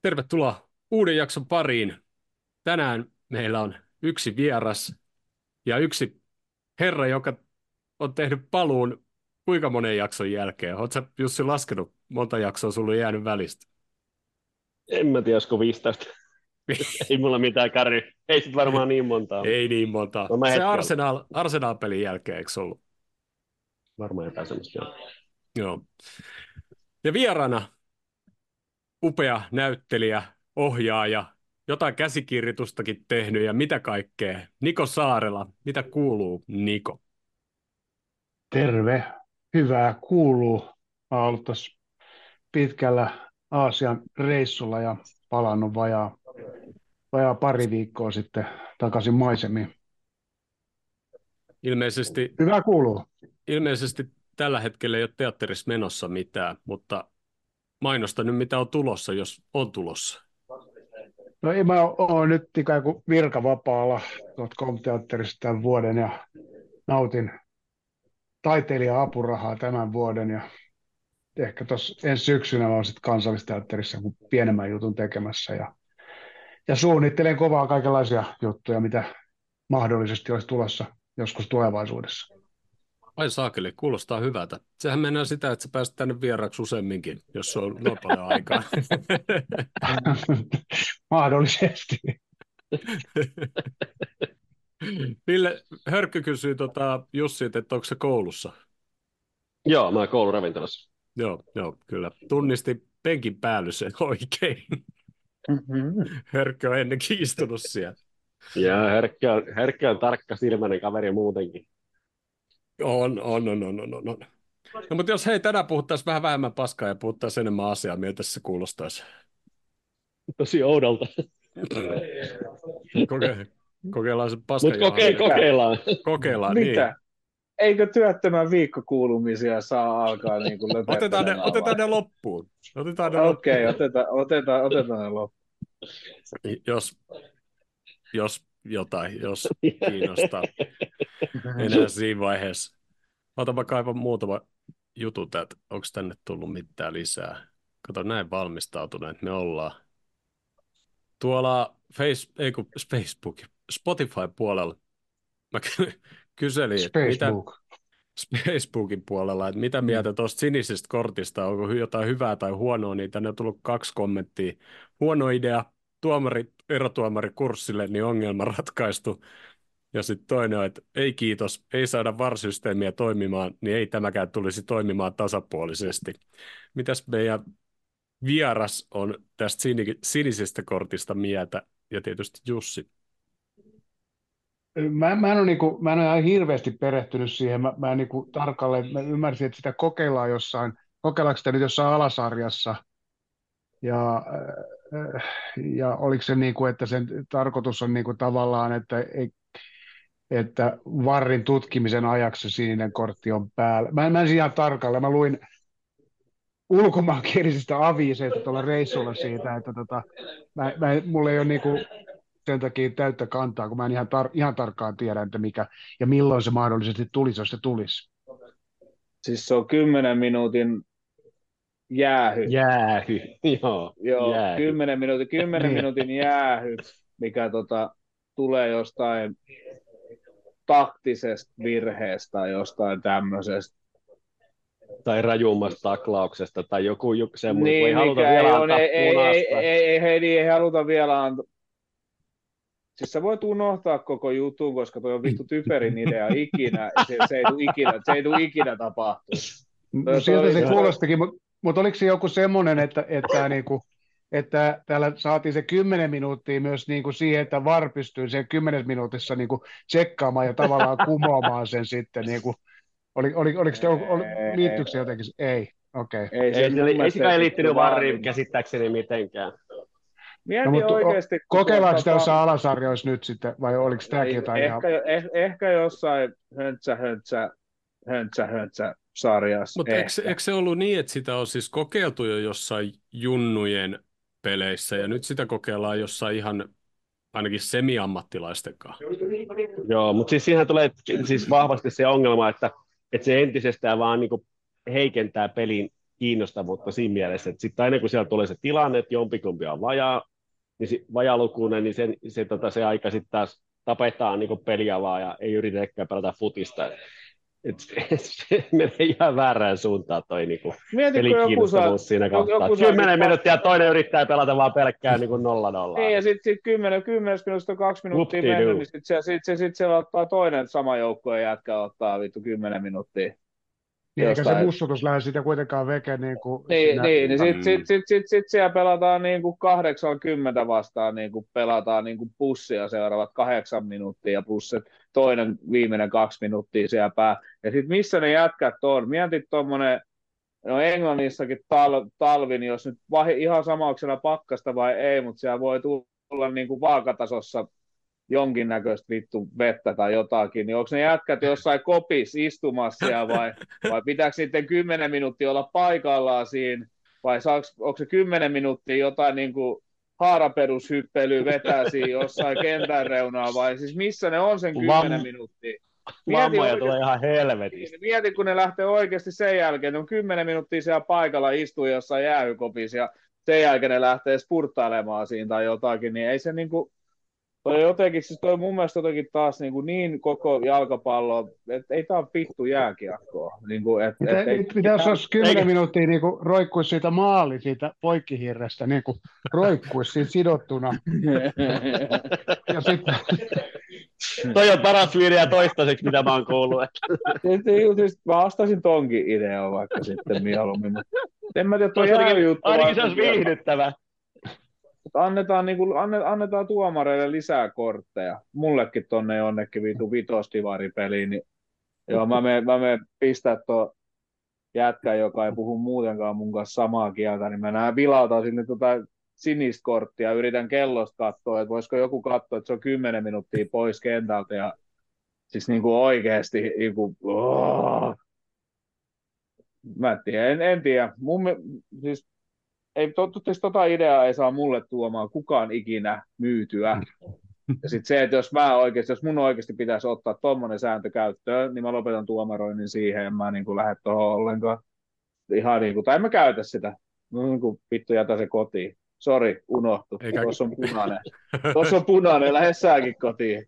Tervetuloa uuden jakson pariin. Tänään meillä on yksi vieras ja yksi herra, joka on tehnyt paluun kuinka monen jakson jälkeen. Oletko sä, Jussi, laskenut, monta jaksoa sulla on jäänyt välistä? En mä tiedä, olisiko 15. Ei mulla mitään kärry. Ei sit varmaan niin montaa. Ei niin monta. No mä Se hetki ollut. Arsenal-pelin jälkeen, eikö se ollut? Varmaan jotain semmoista. Joo. Joo. Ja vieraana upea näyttelijä, ohjaaja, jotain käsikirjoitustakin tehnyt ja mitä kaikkea. Niko Saarela. Mitä kuuluu, Niko? Terve, hyvää kuuluu. Mä oon ollut tuossa pitkällä Aasian reissulla ja palannut vajaa pari viikkoa sitten takaisin maisemiin. Ilmeisesti Hyvää kuuluu. Ilmeisesti tällä hetkellä ei ole teatterissa menossa mitään, mutta mainosta nyt mitä on tulossa, jos on tulossa. No mä oon nyt ikään kuin virkavapaalla tuolta Comteatterista tämän vuoden ja nautin taiteilija-apurahaa tämän vuoden ja ehkä tuossa ensi syksynä mä oon sitten Kansallisteatterissa jonkun pienemmän jutun tekemässä ja suunnittelen kovaa kaikenlaisia juttuja, mitä mahdollisesti olisi tulossa joskus tulevaisuudessa. Ai saakeli, kuulostaa hyvältä. Sehän mennään sitä, että sä pääset tänne vieraaksi useamminkin, jos on noin paljon aikaa. Mahdollisesti. Ville Hörkkö kysyy Jussi, että onko se koulussa? Joo, mä oon kouluravintolassa. Joo, kyllä. Tunnisti penkin päällyseen oikein. Hörkkö on ennenkin istunut siellä. Ja herkkä on tarkka silmäinen kaveri muutenkin. On. No, mutta jos tänään puhuttaisiin vähän vähemmän paskaa ja puhuttaisiin enemmän asiaa, miltä se kuulostaisi? Tosi oudolta. Kokeillaan se paskan. Mutta kokeillaan. Kokeillaan, Mitä? niin. Eikö työttömän viikkokuulumisia saa alkaa niin kuin Otetaan ne loppuun. Okei, otetaan ne loppuun. Jos kiinnostaa enää siinä vaiheessa. Mä kaivan muutama juttu täältä. Onko tänne tullut mitään lisää? Kato, näin valmistautuneet me ollaan. Tuolla Spotify-puolella mä kyselin, että Facebookin puolella, että mitä mieltä tuosta sinisestä kortista, onko jotain hyvää tai huonoa, niin tänne on tullut 2 kommenttia. Huono idea, erotuomarikurssille, niin ongelma ratkaistu. Ja sitten toinen on, että ei kiitos, ei saada VAR-systeemiä toimimaan, niin ei tämäkään tulisi toimimaan tasapuolisesti. Mitäs meidän vieras on tästä sinisestä kortista mieltä, ja tietysti Jussi? Mä en ole ihan hirveästi perehtynyt siihen. Mä en tarkalleen, mä ymmärsin, että sitä kokeillaanko sitä nyt jossain alasarjassa, ja oliko se että sen tarkoitus on tavallaan, että VARin tutkimisen ajaksi se sininen kortti on päällä. Mä en ihan tarkalleen, mä luin ulkomaankielisistä aviiseista tuolla reissulla siitä, että mulla ei ole sen takia täyttä kantaa, kun mä en ihan tarkkaan tiedä, että mikä ja milloin se mahdollisesti tulisi, jos se tulisi. Siis se on 10 minuutin jäähy. Jäähy, joo. Jäähy. 10 minuutin jäähy, mikä tulee jostain taktisesta virheestä tai jostain tämmöisestä. Tai rajummasta taklauksesta tai joku semmoinen, niin, kun ei haluta vielä antaa punaista. Ei haluta vielä antaa. Siis sä voit unohtaa koko jutun, koska toi on vittu typerin idea ikinä. Se ei tule ikinä tapahtumaan. Siltä se kuulostikin, mutta oliko se joku semmoinen, että täällä saatiin se 10 minuuttia myös siihen, että VAR pystyy sen 10 minuutissa tsekkaamaan ja tavallaan kumoamaan sen sitten. Liittyykö se jotenkin? Ei, okei. Okay. Ei sitä liittynyt VARiin käsittääkseni mitenkään. Kokeillaanko sitä jossain alasarjoissa nyt sitten, vai oliko tämäkin jotain ehkä jossain höntsä sarjassa. Mutta eikö se ollut niin, että sitä on siis kokeiltu jo jossain junnujen peleissä, ja nyt sitä kokeillaan jossain ihan ainakin semi-ammattilaisten kanssa? Joo, mutta siis siinähän tulee siis vahvasti se ongelma, että se entisestään vaan heikentää pelin kiinnostavuutta siinä mielessä, että sitten aina kun siellä tulee se tilanne, että jompikumpi on vajalukuinen, niin se aika sitten taas tapetaan niin peliä vaan ja ei yritetäkään pelata futista. Se menee ihan väärään suuntaan toi niinku pelikiinnostavuus siinä kohtaa. 10 minuuttia toinen yrittää pelata vaan pelkkää niin 0-0. Niin, ja sitten 10 minuutista 2 minuuttia mennyt, niin sitten se ottaa toinen sama joukkueen jätkä ottaa 10 minuuttia. Niin, eikä se mussutus lähde sitä kuitenkaan veke. Niin sitten siellä pelataan niin kuin 80 vastaan, niin kuin pelataan niin kuin pussia seuraavat 8 minuuttia, plus se toinen viimeinen 2 minuuttia siellä pää. Ja sitten missä ne jätkät on? Mietit tuommoinen, no Englannissakin talvi, niin jos nyt ihan samauksena pakkasta vai ei, mutta siellä voi tulla niin kuin vaakatasossa jonkinnäköistä vittu vettä tai jotakin, niin onko ne jätkät jossain kopis istumassa vai pitääkö niiden 10 minuuttia olla paikallaan siinä, vai onko se 10 minuuttia jotain niin kuin haaraperushyppelyä vetää siinä jossain kentän reunaa, vai siis missä ne on sen 10 minuuttia? Vammoja tulee ihan helvetistä. Mieti, kun ne lähtee oikeasti sen jälkeen, ne on 10 minuuttia siellä paikalla, istuu jossain jäähykopissa, ja sen jälkeen ne lähtee spurttailemaan siinä tai jotakin, niin ei se niinku toi mun mielestä jotenkin taas niin koko jalkapallo, että ei tää ole vittu jääkiekkoa. Mitä jos olisi 10 minuuttia niin roikkuisi siitä maali siitä poikkihirrestä, niin roikkuisi siitä sidottuna. Ja sitten... Toi on paras video toistaiseksi, mitä mä oon kuullut. Siis mä ostaisin tonkin ideaa vaikka sitten mieluummin. En mä tiedä, toi jääjuttu. Ainakin se olisi viihdyttävä. Annetaan tuomareille lisää kortteja. Mullekin tonne jonnekin vitu vitosdivaripeliin. Niin, joo, mä menen pistää tuon jätkän, joka ei puhu muutenkaan mun kanssa samaa kieltä, niin mä vilautan sinne sinistä korttia ja yritän kellosta katsoa, että voisiko joku katsoa, että se on 10 minuuttia pois kentältä ja siis niinku oikeasti niinku, mä en tiedä. Siis ei tota ideaa ei saa mulle tuomaan kukaan ikinä myytyä. Ja sitten se, että jos mun oikeasti pitäisi ottaa tommonen sääntö käyttöön, niin mä lopetan tuomaroinnin siihen, en mä niinku lähde tohon ollenkaan. Ihan niinku, tai en mä käytä sitä. No niinku vittu jätä se kotiin. Sori, unohtu. Tuossa on punainen, lähde säkin kotiin.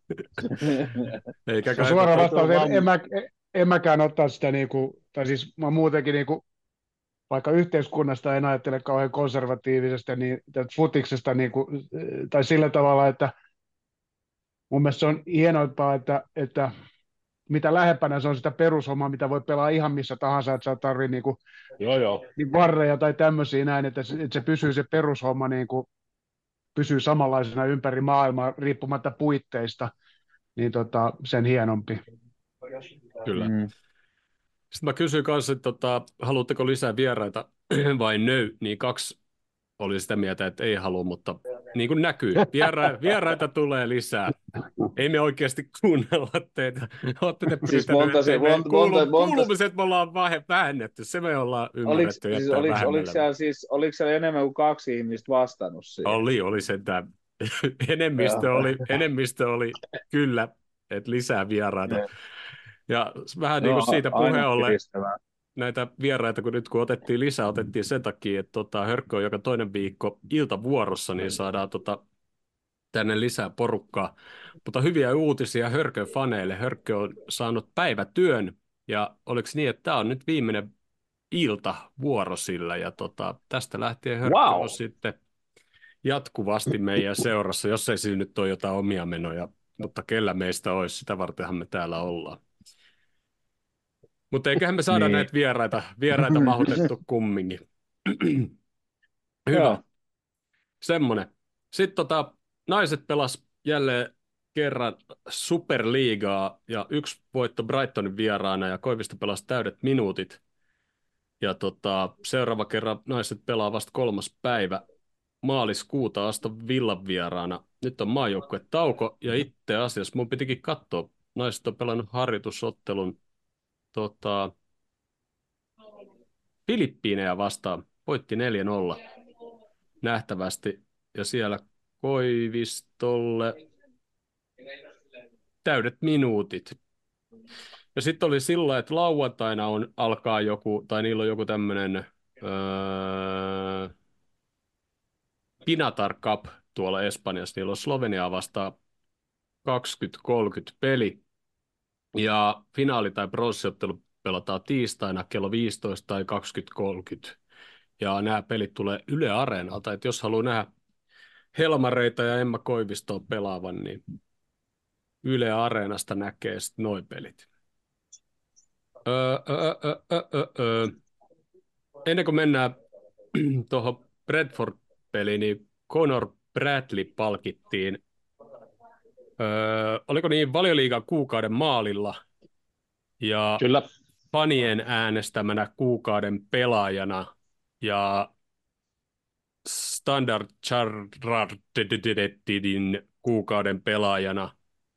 Suora vastaus, en mäkään ottaa sitä niinku, tai siis mä muutenkin niinku, vaikka yhteiskunnasta en ajattele kauhean konservatiivisesti niin futiksesta niinku, tai sillä tavalla, että mun mielestä se on hienoimpaa, että mitä lähempänä se on sitä perushommaa, mitä voi pelaa ihan missä tahansa, että sä tarvii niinku varreja tai tämmöisiä näin, että se pysyy se perushomma niinku, pysyy samanlaisena ympäri maailmaa riippumatta puitteista, niin sen hienompi. Kyllä. Sitten mä kysyin kanssa, että haluatteko lisää vieraita vai no, niin 2 oli sitä mieltä, että ei halua, mutta niin kuin näkyy, vieraita tulee lisää. Ei me oikeasti kuunnella teitä. Olette te pyytäneet, kuulumiset me ollaan vähennetty, se me ollaan ymmärretty. Oliko siellä enemmän kuin 2 ihmistä vastannut siihen? Oli sentään. Enemmistö oli kyllä, että lisää vieraita. Ja vähän niin kuin siitä puheen ollen näitä vieraita, kun otettiin lisää, otettiin sen takia, että Hörkkö on joka toinen viikko iltavuorossa, niin saadaan tänne lisää porukkaa. Mutta hyviä uutisia Hörkön faneille. Hörkkö on saanut päivätyön, ja oliko niin, että tämä on nyt viimeinen iltavuoro sillä, ja tästä lähtien Hörkkö on sitten jatkuvasti meidän seurassa, jos ei siinä nyt ole jotain omia menoja, mutta kellä meistä olisi, sitä vartenhan me täällä ollaan. Mutta eiköhän me saada näitä vieraita mahdollistettu kumminkin. Hyvä. Semmoinen. Sitten naiset pelas jälleen kerran Superliigaa ja 1 voitto Brightonin vieraana ja Koivisto pelasi täydet minuutit. Ja seuraava kerran naiset pelaa vasta 3. päivä maaliskuuta Aston Villan vieraana. Nyt on maajoukkuetauko ja itse asiassa mun pitikin katsoa. Naiset on pelannut harjoitusottelun Filippiinejä vastaan. Voitti 4-0 nähtävästi ja siellä Koivistolle täydet minuutit. Ja sitten oli sillä, että lauantaina alkaa joku, tai niillä on joku tämmöinen Öö, Pinatar Cup tuolla Espanjassa. Niillä on Sloveniaa vastaan 20-30 peli. Ja finaali- tai pronssiottelu pelataan tiistaina kello 15 tai 20.30. Ja nämä pelit tulee Yle Areenalta. Että jos haluaa nähdä Helmareita ja Emma Koivistoa pelaavan, niin Yle Areenasta näkee sitten noi pelit. Öö, öö, öö, öö, öö. Ennen kuin mennään tuohon Bradford-peliin, niin Conor Bradley palkittiin, oliko niin, Valioliigan kuukauden maalilla ja Kyllä, fanien äänestämänä kuukauden pelaajana ja Standard Charteredin kuukauden pelaajana,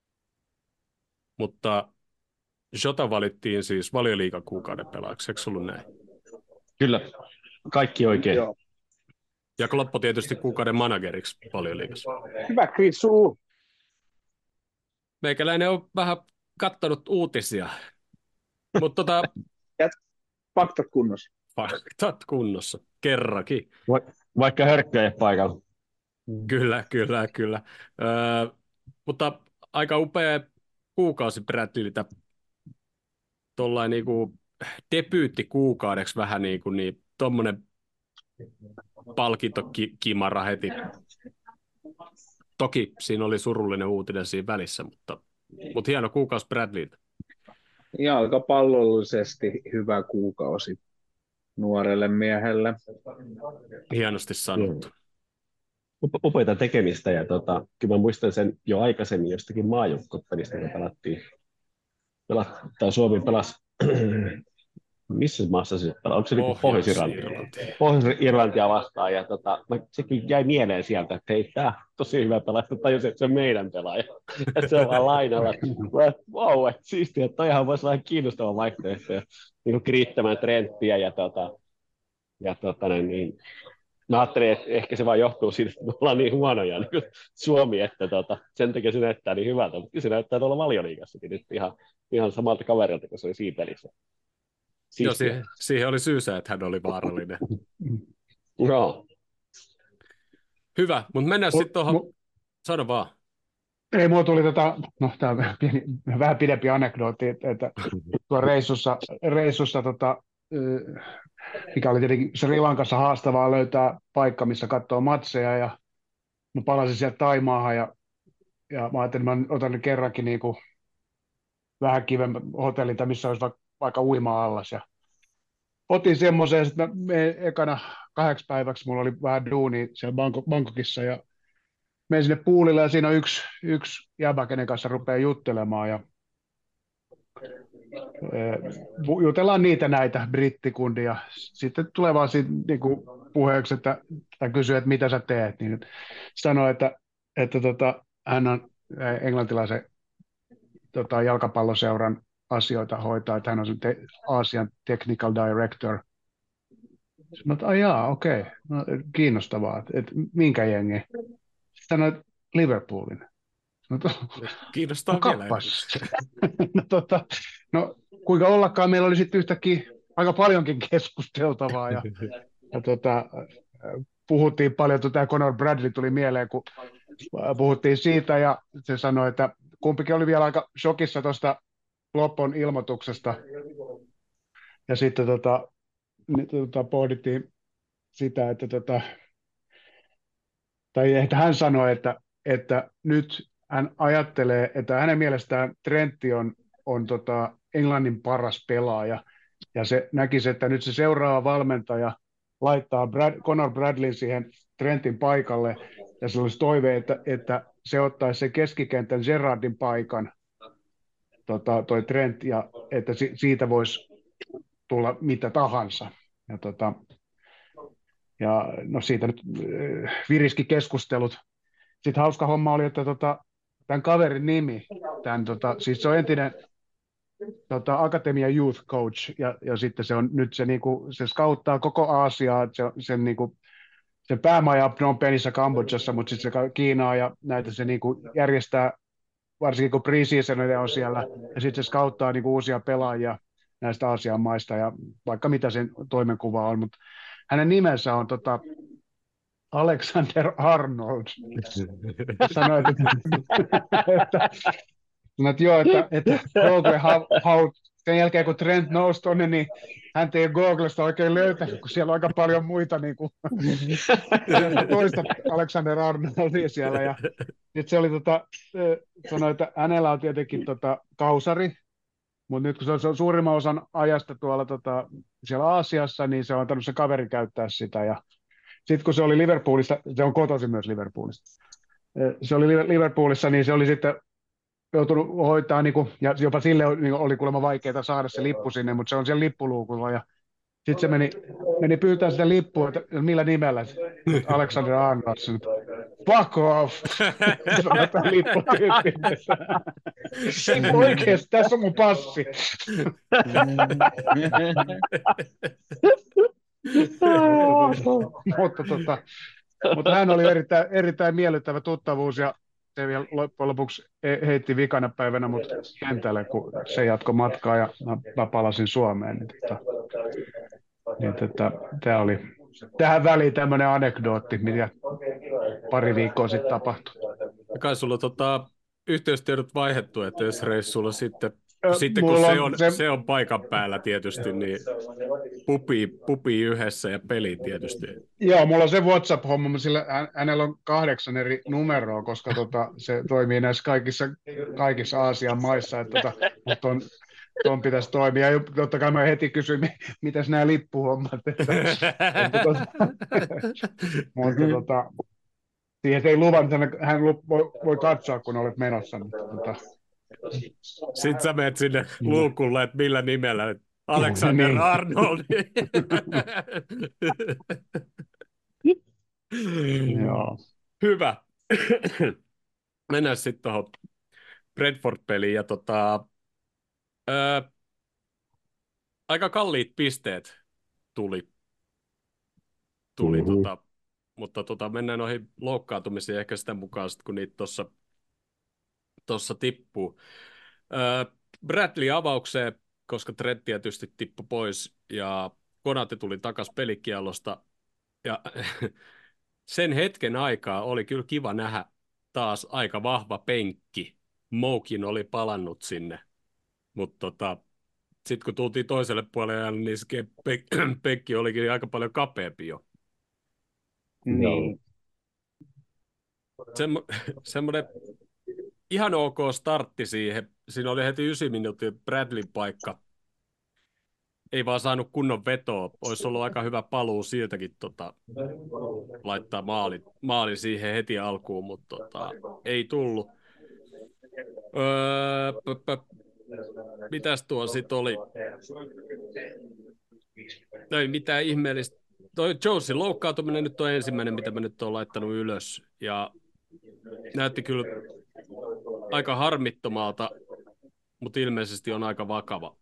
mutta Jota valittiin siis Valioliigan kuukauden pelaajaksi, eikö se ollut näin? kyllä. Kaikki oikein. Joo. Ja Kloppo tietysti kuukauden manageriksi Valioliigassa. Hyvä Krisu. Meikäläinen on vähän kattonut uutisia, mutta Faktat kunnossa. faktat kunnossa, kerrankin. Vaikka Hörkkö ei ole paikalla. Kyllä, kyllä, kyllä. Mutta aika upea kuukausi Bradleyltä. Tuollain niinku debyyttikuukaudeksi vähän niin tuommoinen palkintokimara heti. Toki siinä oli surullinen uutinen siinä välissä, mutta hieno kuukausi Bradleyltä. Jalkapallollisesti hyvä kuukausi nuorelle miehelle. Hienosti sanottu. Upeita tekemistä, ja kyllä mä muistan sen jo aikaisemmin jostakin maajoukkuepelistä, kun tai Suomi pelasi, missä maassa se pelasi, onko se niin Pohjois-Irlantia vastaan, ja sekin jäi mieleen sieltä, että hei, tämä on tosi hyvä pelaaja, tajus, että se on meidän pelaaja, että se on vaan lainalla, wow, että siistiä, että toihan voisi olla kiinnostava vaihtoehto, ja niin kriittämään Trenttiä, niin mä ajattelin, että ehkä se vaan johtuu siitä, että me ollaan niin huonoja niin Suomi, että sen takia se näyttää niin hyvältä, mutta se näyttää tuolla Valioliigassakin nyt ihan samalta kaverilta, kun se oli siinä pelissä. Joo, siihen oli syysä, että hän oli vaarallinen. Joo. Hyvä, mutta mennään sitten tuohon, sano vaan. Ei, mulla tuli tämä on vähän pidempi anekdootti, että tuo reissussa mikä oli tietenkin Sri Lankassa haastavaa löytää paikka, missä katsoo matseja, ja mä palasin sieltä Taimaahan, ja mä ajattelin, että mä otan kerrankin niin kuin vähän kivemmän hotellin, missä olisi vaikka uima-allas, ja otin semmoisen, ja sitten ekana 8 päiväksi mulla oli vähän duunia siellä Bangkokissa, ja menin sinne poolille, ja siinä on yksi jäbä, kenen kanssa rupeaa juttelemaan, ja jutellaan näitä brittikundia. Sitten tulee vaan niin puheeksi, tai kysyy, että mitä sä teet, niin sanoi, että hän on englantilaisen jalkapalloseuran asioita hoitaa, että hän on Aasian technical director. Sanoin, että jaa, okei, no, kiinnostavaa, että minkä jengi? Sanoin, että Liverpoolin. Kiinnostaa no, vielä. No kuinka ollakaan, meillä oli sitten yhtäkkiä aika paljonkin keskusteltavaa, ja puhuttiin paljon, tämä Conor Bradley tuli mieleen, kun puhuttiin siitä, ja se sanoi, että kumpikin oli vielä aika shokissa tuosta Loppon ilmoituksesta, ja sitten pohdittiin sitä, että hän sanoi, että nyt hän ajattelee, että hänen mielestään Trentti on Englannin paras pelaaja, ja se näkisi, että nyt se seuraava valmentaja laittaa Conor Bradleyn siihen Trentin paikalle, ja se olisi toive, että se ottaisi sen keskikentän Gerrardin paikan, toi Trent, ja että siitä voisi tulla mitä tahansa. Ja no siitä nyt viriski keskustelut. Sitten hauska homma oli, että tämän kaverin nimi, siis se on entinen Akatemia Youth Coach, ja sitten se on nyt se scouttaa koko Aasiaa, sen päämaja on Phnom Penhissä Kambodžassa, mutta sitten se Kiinaa ja näitä se järjestää, varsinkin kun pre-seasonia on siellä, ja sitten se scouttaa uusia pelaajia näistä Aasian maista, ja vaikka mitä sen toimenkuva on, mutta hänen nimensä on Alexander Arnold. Sanoi, että joo, että Google sen jälkeen kun Trent nousi tuonne, niin hän ei Googlesta oikein löytänyt, kun siellä on aika paljon muita niin kuin, toista Alexander Arnoldia siellä. Ja sitten se oli sanoi, että hänellä on tietenkin kausari, mutta nyt kun se on suurimman osan ajasta tuolla siellä Aasiassa, niin se on antanut se kaveri käyttää sitä. Ja sitten kun se oli Liverpoolissa, se on kotoisin myös Liverpoolista. Se oli Liverpoolissa, niin se oli sitten joutunut hoitaa, niin kuin, ja jopa sille oli kuulemma vaikeaa saada se lippu sinne, mutta se on siellä lippuluukulla. Ja sitten se meni pyytää sitä lippua, että millä nimellä, että Alexander Arnold. Fuck off! Sanoi tämä lipputyyppi. Oikeasti, tässä on mun passi. Mutta hän oli erittäin miellyttävä tuttavuus ja se vielä loppujen lopuksi heitti vikana päivänä mut kentälle, kun se jatkoi matkaa ja mä palasin Suomeen. Tämä oli tähän väliin tämmöinen anekdootti, mitä pari viikkoa sitten tapahtui. Kai sulla yhteystiedot vaihdettu, että jos reissulla sitten kun se on paikan päällä tietysti, niin pupii yhdessä ja peli tietysti. Joo, mulla on se WhatsApp-homma, sillä hänellä on 8 eri numeroa, koska se toimii näissä kaikissa Aasian maissa, että tuon pitäisi toimia. Ja totta kai mä heti kysyin, mitäs nämä lippuhommat. Mutta siihen ei luvannut, hän voi katsoa, kun olet menossa. Sitten sä menet sinne luukulle, että millä nimellä. Alexander Niin. Arnold. Joo. Hyvä. Mennään sitten tuohon Brentford-peliin. Ja aika kalliit pisteet tuli. Mutta mennään noihin loukkaantumisiin ehkä sitä mukaan, kun niitä tuossa tippuu. Bradley avaukseen, koska Trent tietysti tippui pois ja Konate tuli takaisin pelikiellosta. Ja sen hetken aikaa oli kyllä kiva nähdä taas aika vahva penkki. Moukin oli palannut sinne, mutta sitten kun tultiin toiselle puolelle, niin se penkki olikin aika paljon kapeampi jo. Niin. Semmoinen ihan ok startti siihen. Siinä oli heti 9 minuuttia Bradleyn paikka. Ei vaan saanut kunnon vetoa. Olisi ollut aika hyvä paluu siltäkin laittaa maali siihen heti alkuun, mutta ei tullut. Mitäs tuo sitten oli? Ei mitään ihmeellistä. Toi Jonesin loukkaantuminen nyt on ensimmäinen, mitä mä nyt olen laittanut ylös. Ja näytti kyllä aika harmittomalta, mutta ilmeisesti on aika vakava.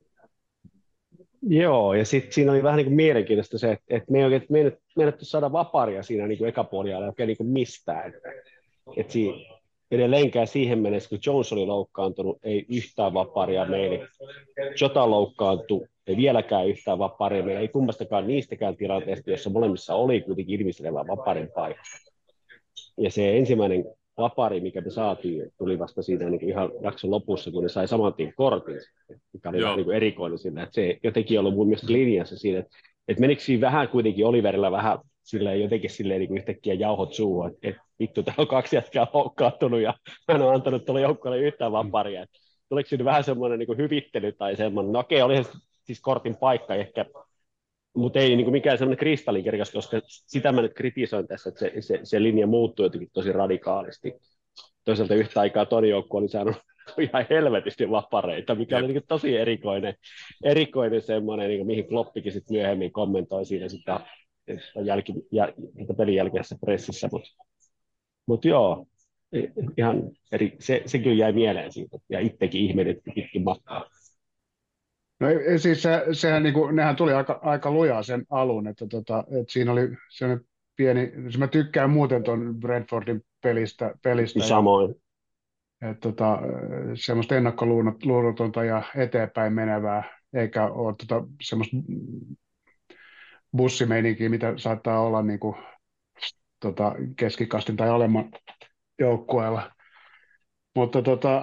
Joo, ja sitten siinä oli vähän niin kuin mielenkiintoista se, että me ei oikein meinattu saada vaparia siinä niin kuin ekapuoliajalla oikein niin kuin mistään. Että edelleenkään siihen mennessä, kun Jones oli loukkaantunut, ei yhtään vaparia meille. Jota loukkaantui, ei vieläkään yhtään vaparia meille. Ei kummastakaan niistäkään tilanteista, jossa molemmissa oli kuitenkin ilmiselevä vaparin paikka. Ja se ensimmäinen vapari, mikä me saatiin, tuli vasta siinä niin ihan jakson lopussa, kun ne sai saman tien kortin, mikä oli vähän niin kuin erikoinen siinä. Että se jotenkin ollut mun mielestä linjassa siinä, että menikö siinä vähän kuitenkin Oliverilla vähän silleen jotenkin silleen niin kuin yhtäkkiä jauhot suuhun, että vittu, täällä on 2 jätkää loukkaantunut ja mä en ole antanut tuolle joukkueelle yhtään vaparia. Että tuliko siinä vähän semmoinen niin kuin hyvittely tai semmoinen, no okei, oli siis kortin paikka ehkä, mutta ei niin kuin mikään semmoinen kristallinkirkas, koska sitä mä nyt kritisoin tässä, että se linja muuttui jotenkin tosi radikaalisti. Toisaalta yhtä aikaa toinen joukkue oli saanut ihan helvetisti vapareita, mikä oli niin kuin tosi erikoinen semmoinen, niin kuin mihin Kloppikin sitten myöhemmin kommentoi siinä sitä pelin jälkeisessä pressissä. Mutta joo, ihan se kyllä jäi mieleen siitä, ja itsekin ihmetytti pitkin matkaa. No siis sehän niin kuin, nehän tuli aika lujaa sen alun, että siinä oli sellainen pieni, mä tykkään muuten tuon Brentfordin pelistä. Samoin. Että semmoista ennakkoluulotonta ja eteenpäin menevää, eikä ole semmoista bussimeininkiä, mitä saattaa olla niin kuin, keskikastin tai alemman joukkueella. Mutta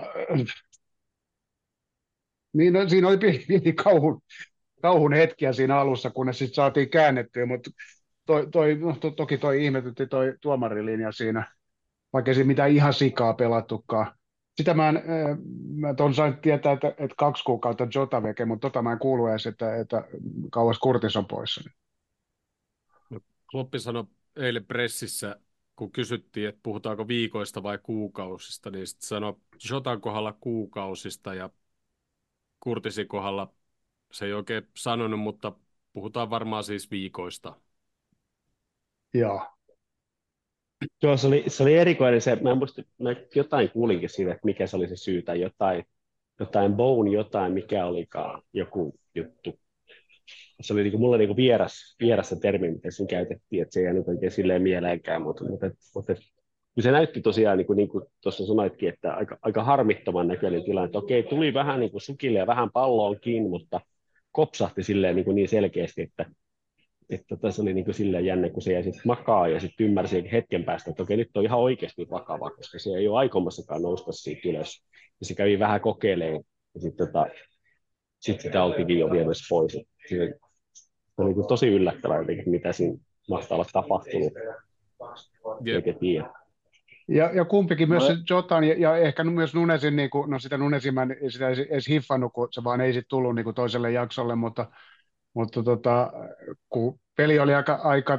niin, no, siinä oli pieni kauhun hetkiä siinä alussa, kunnes sitten saatiin käännettyä, mutta toki toi ihmetytti toi tuomarilinja siinä, vaikka ei siinä mitään ihan sikaa pelattukaan. Sitä mä ton sain tietää, että 2 kuukautta Jota veke, mutta mä en kuulu edes, että kauas Kurtis on poissa. Kloppi sanoi eilen pressissä, kun kysyttiin, että puhutaanko viikoista vai kuukausista, niin sitten sanoi Jotan kohdalla kuukausista ja Kurtisin kohdalla se ei oikein sanonut, mutta puhutaan varmaan siis viikoista. Joo. Joo, se oli erikoinen se, mä jotain kuulinkin siitä, että mikä se oli se syy, tai jotain bone, jotain, mikä olikaan joku juttu. Se oli mulle vieras se termi, mitä siinä käytettiin, että se ei jäänyt oikein silleen mieleenkään, mutta se näytti tosiaan, niin kuin tuossa sanoitkin, että aika harmittoman näköinen tilanne, että okei, tuli vähän niin kuin sukille ja vähän palloonkin, mutta kopsahti silleen niin selkeästi, että se oli niin kuin silleen jännä, kun se jäi sitten makaa ja sitten ymmärsi hetken päästä, että okei, nyt on ihan oikeasti vakava, koska se ei ole aikomassakaan nousta siitä ylös. Ja se kävi vähän kokeilemaan ja sitten sitä oltiinkin jo viemässä pois. Se oli niin tosi yllättävää jotenkin, mitä siinä mahtaa olla tapahtunut. Eikä tiedä. Ja kumpikin, myös se Jotan ja ehkä myös Nunesin, niin kuin, no sitä Nunesin mä en sitä edes hiffannut, kun se vaan ei sitten tullut niin kuin toiselle jaksolle, mutta kun peli oli aika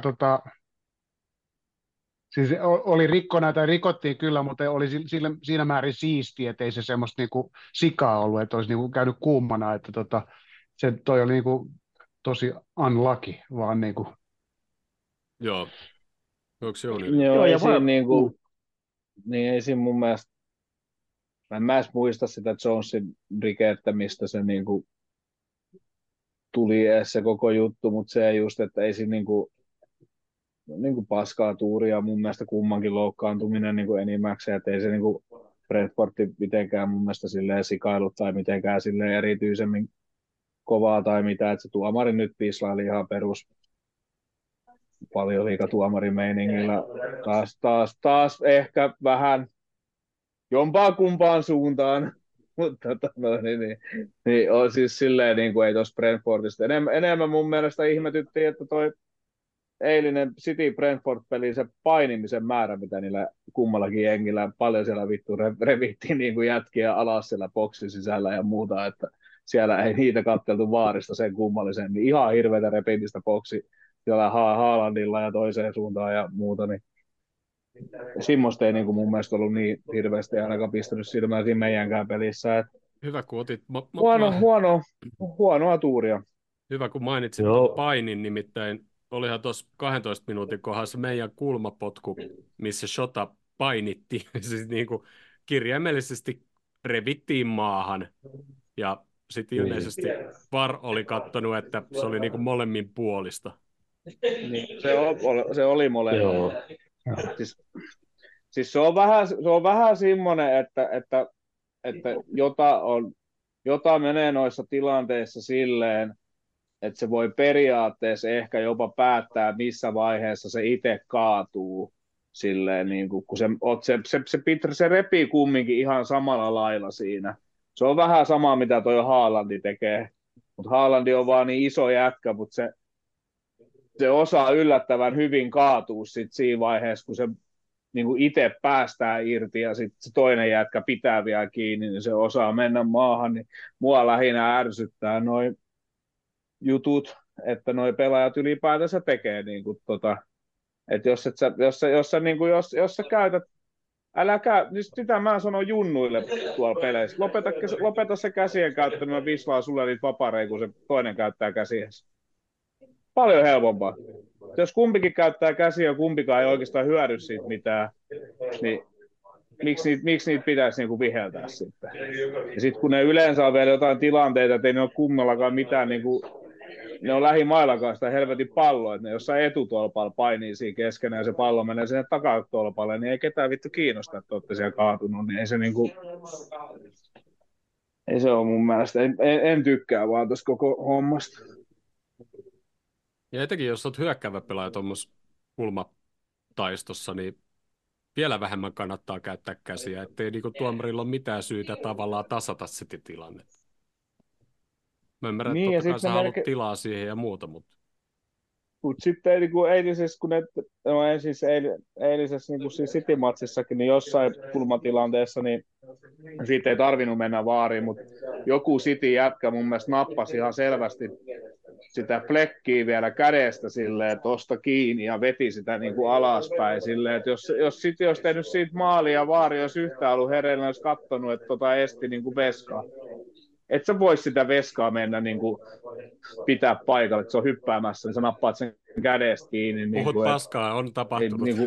siis oli rikkona tai rikottiin kyllä, mutta oli siinä määrin siistiä, että ei se semmoista niinku sikaa ollut, että olisi niinku käynyt kuumana, että se toi oli niinku tosi unlucky, vaan niinku. Joo. Onko se on? Joo, ei siinä niinku, niin ei siinä mun mielestä, mä edes muista sitä Jonesin rikettä, mistä se niinku tuli edes se koko juttu, mutta se just, että ei siinä niinku paskaa tuuria mun mielestä kummankin loukkaantuminen niinku enimmäkseen, että ei se niinku Brentfordi mitenkään mun mielestä silleen sikailut tai mitenkään silleen erityisemmin kovaa tai mitä, että se tuomari nyt pislaili ihan perus paljon liigatuomarimeiningillä. Taas ehkä vähän jompaa kumpaan suuntaan, mutta niin on siis silleen niin kuin ei tuossa Brentfordista. Enemmän mun mielestä ihmetyttiin, että toi eilinen City-Brentford-peli, se painimisen määrä, mitä niillä kummallakin jengillä paljon siellä vittu revittiin niin kuin jätkiä alas siellä boksin sisällä ja muuta, että siellä ei niitä katteltu vaarista sen kummallisen, niin ihan hirveätä repintistä boksi siellä Haalandilla ja toiseen suuntaan ja muuta, niin semmoista ei niin kuin mun mielestä ollut niin hirveästi ainakaan pistänyt silmään siinä meidänkään pelissä. Että hyvä, kun otit... Huonoa tuuria. Hyvä, kun mainitsit tuon painin, nimittäin olihan tuossa 12 minuutin kohdassa meidän kulmapotku, missä Shota painitti, siis niin kuin kirjaimellisesti revittiin maahan, ja sitten ilmeisesti VAR oli katsonut, että se oli niin kuin molemmin puolista. Niin, se oli molemmin. Siis se on vähän semmoinen, että jota menee noissa tilanteissa silleen, että se voi periaatteessa ehkä jopa päättää, missä vaiheessa se itse kaatuu silleen, niin kun se repii kumminkin ihan samalla lailla siinä. Se on vähän sama, mitä toi Haalandi tekee, mutta Haalandi on vaan niin iso jätkä, mutta se osaa yllättävän hyvin kaatua sit siinä vaiheessa, kun se niin kuin itse päästään irti ja sitten se toinen jätkä pitää vielä kiinni, niin se osaa mennä maahan, niin mua lähinnä ärsyttää noin jutut, että noi pelaajat ylipäätänsä tekee niin kuin että jos sä käytät, niin sitä mä sanon junnuille tuolla peleissä, lopeta se käsien käyttö, niin mä vislaan sulle niitä vapareja, kun se toinen käyttää käsiä. Paljon helpompaa. Jos kumpikin käyttää käsiä ja kumpikaan ei oikeastaan hyödy siitä mitään, niin miksi niitä pitäisi niinku viheltää sitten? Ja sitten kun ne yleensä on vielä jotain tilanteita, että ei ne ole kummallakaan mitään, niinku, ne on lähimaillakaan sitä helvetin palloa, että ne jossain etutolpalla painii siinä keskenään ja se pallo menee sinne takatolpalle, niin ei ketään vittu kiinnosta, että olette siellä kaatunut, niin ei se niinku... Ei se ole mun mielestä, en tykkää vaan tuossa koko hommasta. Ja etenkin jos olet hyökkäävä pelaaja tuommoisessa kulmataistossa, niin vielä vähemmän kannattaa käyttää käsiä, ettei niinku tuomarilla ole mitään syytä tavallaan tasata sitä tilannetta. Mä ymmärrän, että Niin, ja totta kai sitten sä ne haluat melkein, tilaa siihen ja muuta, mutta mutta sitten niin kuin eilisessä, kun no ei siis eilisessä niin kuin siis City-matsissakin, niin jossain kulmatilanteessa, niin siitä ei tarvinnut mennä vaariin, mutta joku City-jätkä mun mielestä nappasi ihan selvästi sitä flekkiä vielä kädestä silleen tuosta kiinni ja veti sitä niin kuin alaspäin silleen, että jos City olisi tehnyt siitä maalia ja vaari olisi yhtään ollut hereillä, olisi katsonut, että esti niin kuin veskaa. Et sä voi sitä veskaa mennä niin kuin pitää paikalle, että se on hyppäämässä, niin sä nappaat sen kädestä kiinni. Niin puhut kuin, paskaa, on tapahtunut. niin kuin,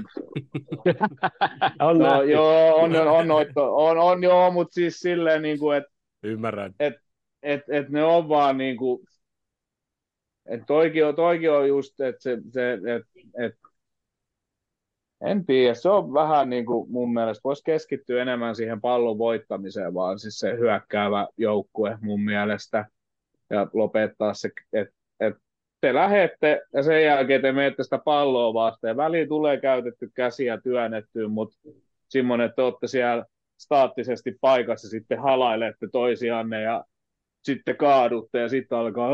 On no nähty. joo, on joo, mutta siis silleen, niin kuin, että Ymmärrän. et ne on vaan niin kuin, että toikin on just, että et, en tiedä, se on vähän niin kuin mun mielestä, voisi keskittyä enemmän siihen pallon voittamiseen, vaan siis se hyökkäävä joukkue mun mielestä, ja lopettaa se, että te lähette ja sen jälkeen te menette sitä palloa vastaan. Ja väliin tulee käytetty käsiä työnnettyä, mutta semmoinen, että te olette siellä staattisesti paikassa, sitten halailette toisianne ja sitten kaadutte ja sitten alkaa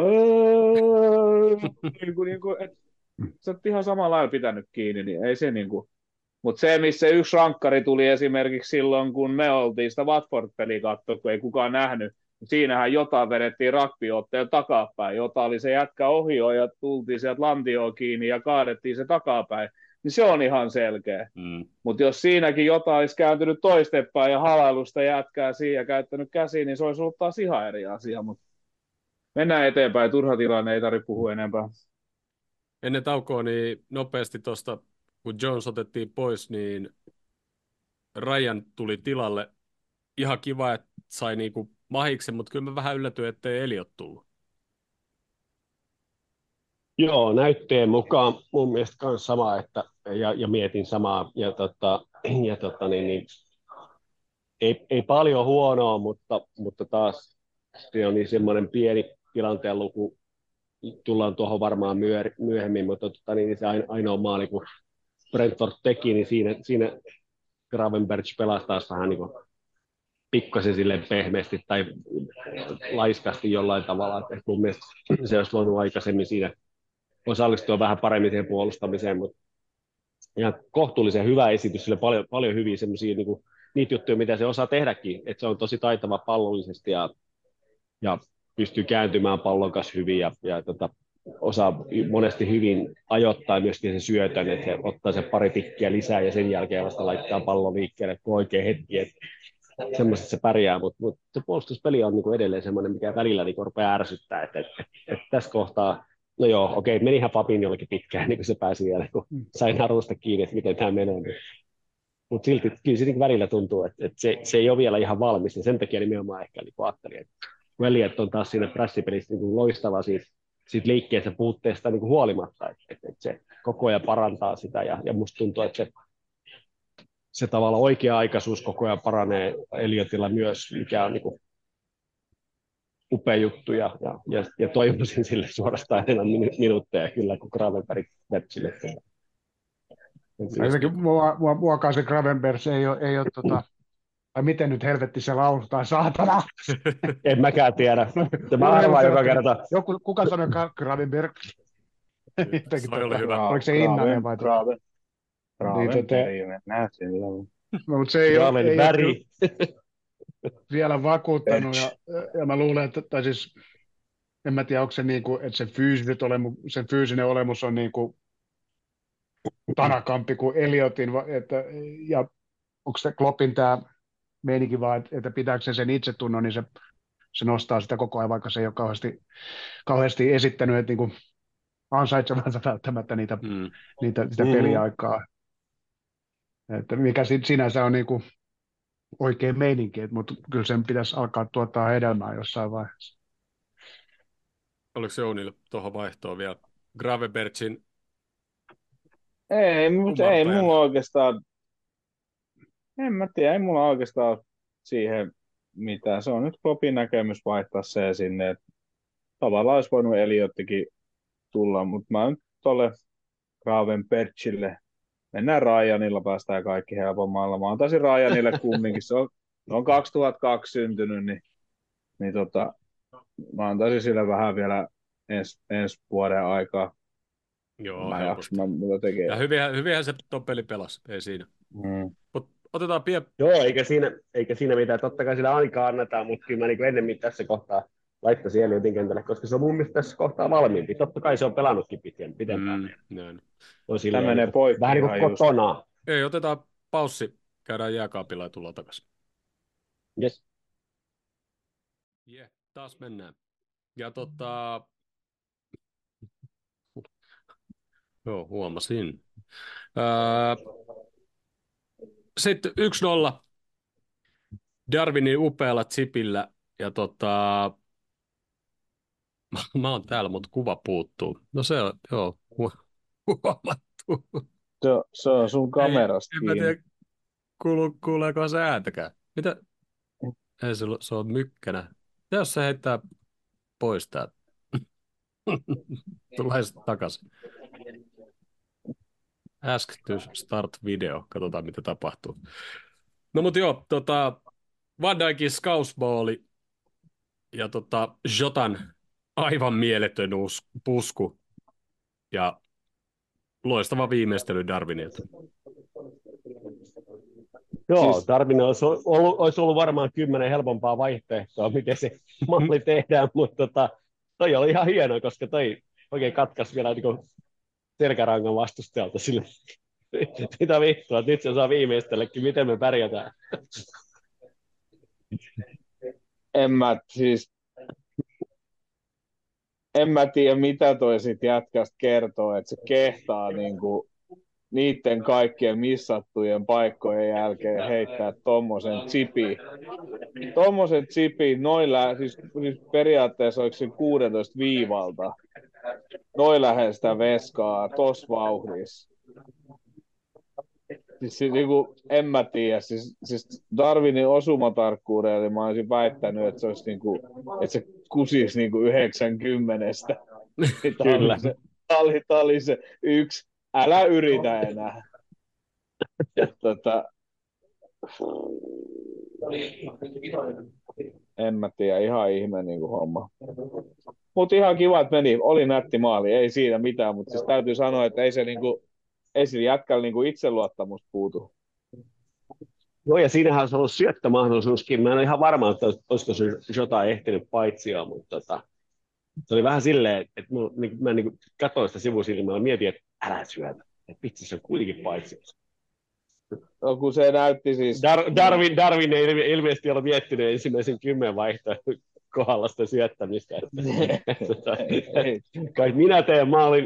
että sä oot ihan samalla lailla pitänyt kiinni, niin ei se niin kuin. Mutta se, missä yksi rankkari tuli esimerkiksi silloin, kun me oltiin sitä Watford-peliä katsoa, kun ei kukaan nähnyt, siinähän jotain vedettiin rugby-otteen takapäin, jota oli se jätkä ohio ja tultiin sieltä lantioon kiinni ja kaadettiin se takapäin, niin se on ihan selkeä. Mutta jos siinäkin jotain olisi kääntynyt toistepäin ja halailusta jätkää siinä ja käyttänyt käsiin, niin se olisi ollut taas ihan eri asia. Mutta mennään eteenpäin, turha tilanne, ei tarvitse puhua enempää. Ennen taukoa niin nopeasti tuosta, kun Jones otettiin pois, niin Ryan tuli tilalle. Ihan kiva, että sai niinku mahiksen, mutta kyllä mä vähän yllätyin, ettei Eliot tullut. Joo, näytteen mukaan mun mielestä myös sama, että, ja mietin samaa, niin, ei paljon huonoa, mutta taas se on niin semmoinen pieni tilanteen luku, tullaan tuohon varmaan myöhemmin, mutta niin se ainoa maali, kun Brentford teki, niin siinä Gravenberch pelasi taas vähän niin kuin pikkasen silleen pehmeästi tai laiskasti jollain tavalla, että mun mielestä se olisi voinut aikaisemmin siinä osallistua vähän paremmin siihen puolustamiseen, mutta ihan kohtuullisen hyvä esitys, sillä paljon hyviä semmoisia niin niitä juttuja, mitä se osaa tehdäkin, että se on tosi taitava pallollisesti ja pystyy kääntymään pallon kanssa hyvin ja osaa monesti hyvin ajoittaa myöskin sen syötön, että se ottaa se pari tikkiä lisää ja sen jälkeen vasta laittaa pallon liikkeelle, kun oikein hetki, että semmoiset se pärjää, mutta se puolustuspeli on niin kuin edelleen semmoinen, mikä välillä niin rupeaa ärsyttää, että tässä kohtaa, no joo, okei, menihän Papin jollekin pitkään, niin kuin se pääsi vielä, kun sai narusta kiinni, että miten tämä menee. Mutta silti kyllä se niin välillä tuntuu, että se ei ole vielä ihan valmis, ja sen takia nimenomaan ehkä niin ajattelin, että Elliot on taas siinä prässipelissä niin loistava siitä liikkeensä puutteesta niin kuin huolimatta, että se koko ajan parantaa sitä, ja musta tuntuu, että se tavallaan oikea-aikaisuus koko ajan paranee Eliotilla myös, mikä on niin kuin upea juttu, ja toivoisin sille suorastaan enemmän minuutteja kyllä kuin Gravenberg-Bertsille. Jotenkin mua se Gravenberg ei ole vai miten nyt helvetti se lausutaan, saatana. En mäkään tiedä. Mä arvaan joka kerta. Kuka sanoi Gravenberg? Se oli hyvä. Oliko se Innanen vai? Mutta se ei ole vielä vakuuttanut, ja mä luulen, että, tai siis, en mä tiedä, onko se niin kuin, että sen fyysinen olemus on niin kuin tanakampi kuin Eliotin, ja onko se Kloppin tämä meininki vaan, että pitääkö se sen itsetunnon, niin se nostaa sitä koko ajan, vaikka se ei ole kauheasti esittänyt, että niin kuin ansaitsevansa välttämättä sitä peliaikaa. Että mikä sinänsä on niin kuin oikein meininki, mutta kyllä sen pitäisi alkaa tuottaa hedelmää jossain vaiheessa. Oliko se Jounilla tuohon vaihtoon vielä Gravenberchin? Ei mulla oikeastaan, en mä tiedä, ei mulla oikeastaan siihen mitään. Se on nyt Kloppin näkemys vaihtaa se sinne. Tavallaan olisi voinut Eliottikin tulla, mutta mä nyt tolle Gravenberchille. Mennään Ryanilla, päästään kaikki helpommalla. Mä antaisin Ryanille kumminkin. Se on 2002 syntynyt, niin mä antaisin sille vähän vielä ensi vuoden aikaa. Joo, mulla tekee. Ja hyvinhän se toppeli pelasi, ei siinä. Mut otetaan Joo, eikä siinä mitään. Totta kai sillä aikaa annetaan, mutta kyllä mä niin ennemmin tässä kohtaa laittaisin Eliotin kentälle, koska se on mun mielestä tässä kohtaa valmiimpi. Totta kai se on pelannutkin pitempään. Tämä menee poikki. Vähän niin kuin kotona. Ei, otetaan paussi. Käydään jääkaapilla ja tullaan takaisin. Yes. Taas mennään. Ja joo, huomasin. Sitten 1-0 Darwinin upealla chipillä. Ja mä oon täällä, mutta kuva puuttuu. No se on, joo, huomattu. Se on sun kamerasta En mä tiedä, kuuleeko se ääntäkään. Mitä? Ei se on mykkänä. Jos se heittää pois täältä. Tulee sitten takaisin. Ask to start video. Katsotaan, mitä tapahtuu. No mut joo, Van Dijkin skausbooli ja Jotan aivan mieletön pusku ja loistava viimeistely Darwinilta. Joo, siis Darwin olisi ollut varmaan 10 helpompaa vaihtoehtoa, miten se malli tehdään, mutta toi oli ihan hieno, koska toi oikein katkaisi vielä niin selkärangan vastustajalta sille. Mitä vittua, että nyt se saa viimeistellekin, miten me pärjätään. En mä tiedä, mitä toi sit jätkästä kertoo, että se kehtaa niinku niiden kaikkien missattujen paikkojen jälkeen heittää tommosen chipin noin siis periaatteessa oliko se 16 viivalta noin lähellä sitä veskaa tossa vauhdissa. Siis niinku, en mä tiedä, siis Darwinin osumatarkkuudella mä olisin väittänyt, että se olisi niinku, että se kusisi niinku 90. Kyllä. Tämä oli se yksi, älä yritä enää. En mä tiedä, ihan ihme niinku homma. Mutta ihan kiva, että meni, oli nätti maali, ei siinä mitään, mutta siis täytyy sanoa, että ei sillä jätkällä niinku itseluottamus puutu. Joo, ja siinähän olisi ollut syöttömahdollisuuskin. Mä en ole ihan varma, että olisiko se Jota ehtinyt paitsioon, mutta se oli vähän silleen, että mä niin katsoin sitä sivusilmää ja mietin, että älä syötä. Että vitsi, se on kuitenkin paitsio. No kun se näytti siis... Darwin ei ilmeisesti ole miettinyt ensimmäisen 10 vaihtoehtoja kohdalla sitä syöttämistä. Kai minä teen maalin.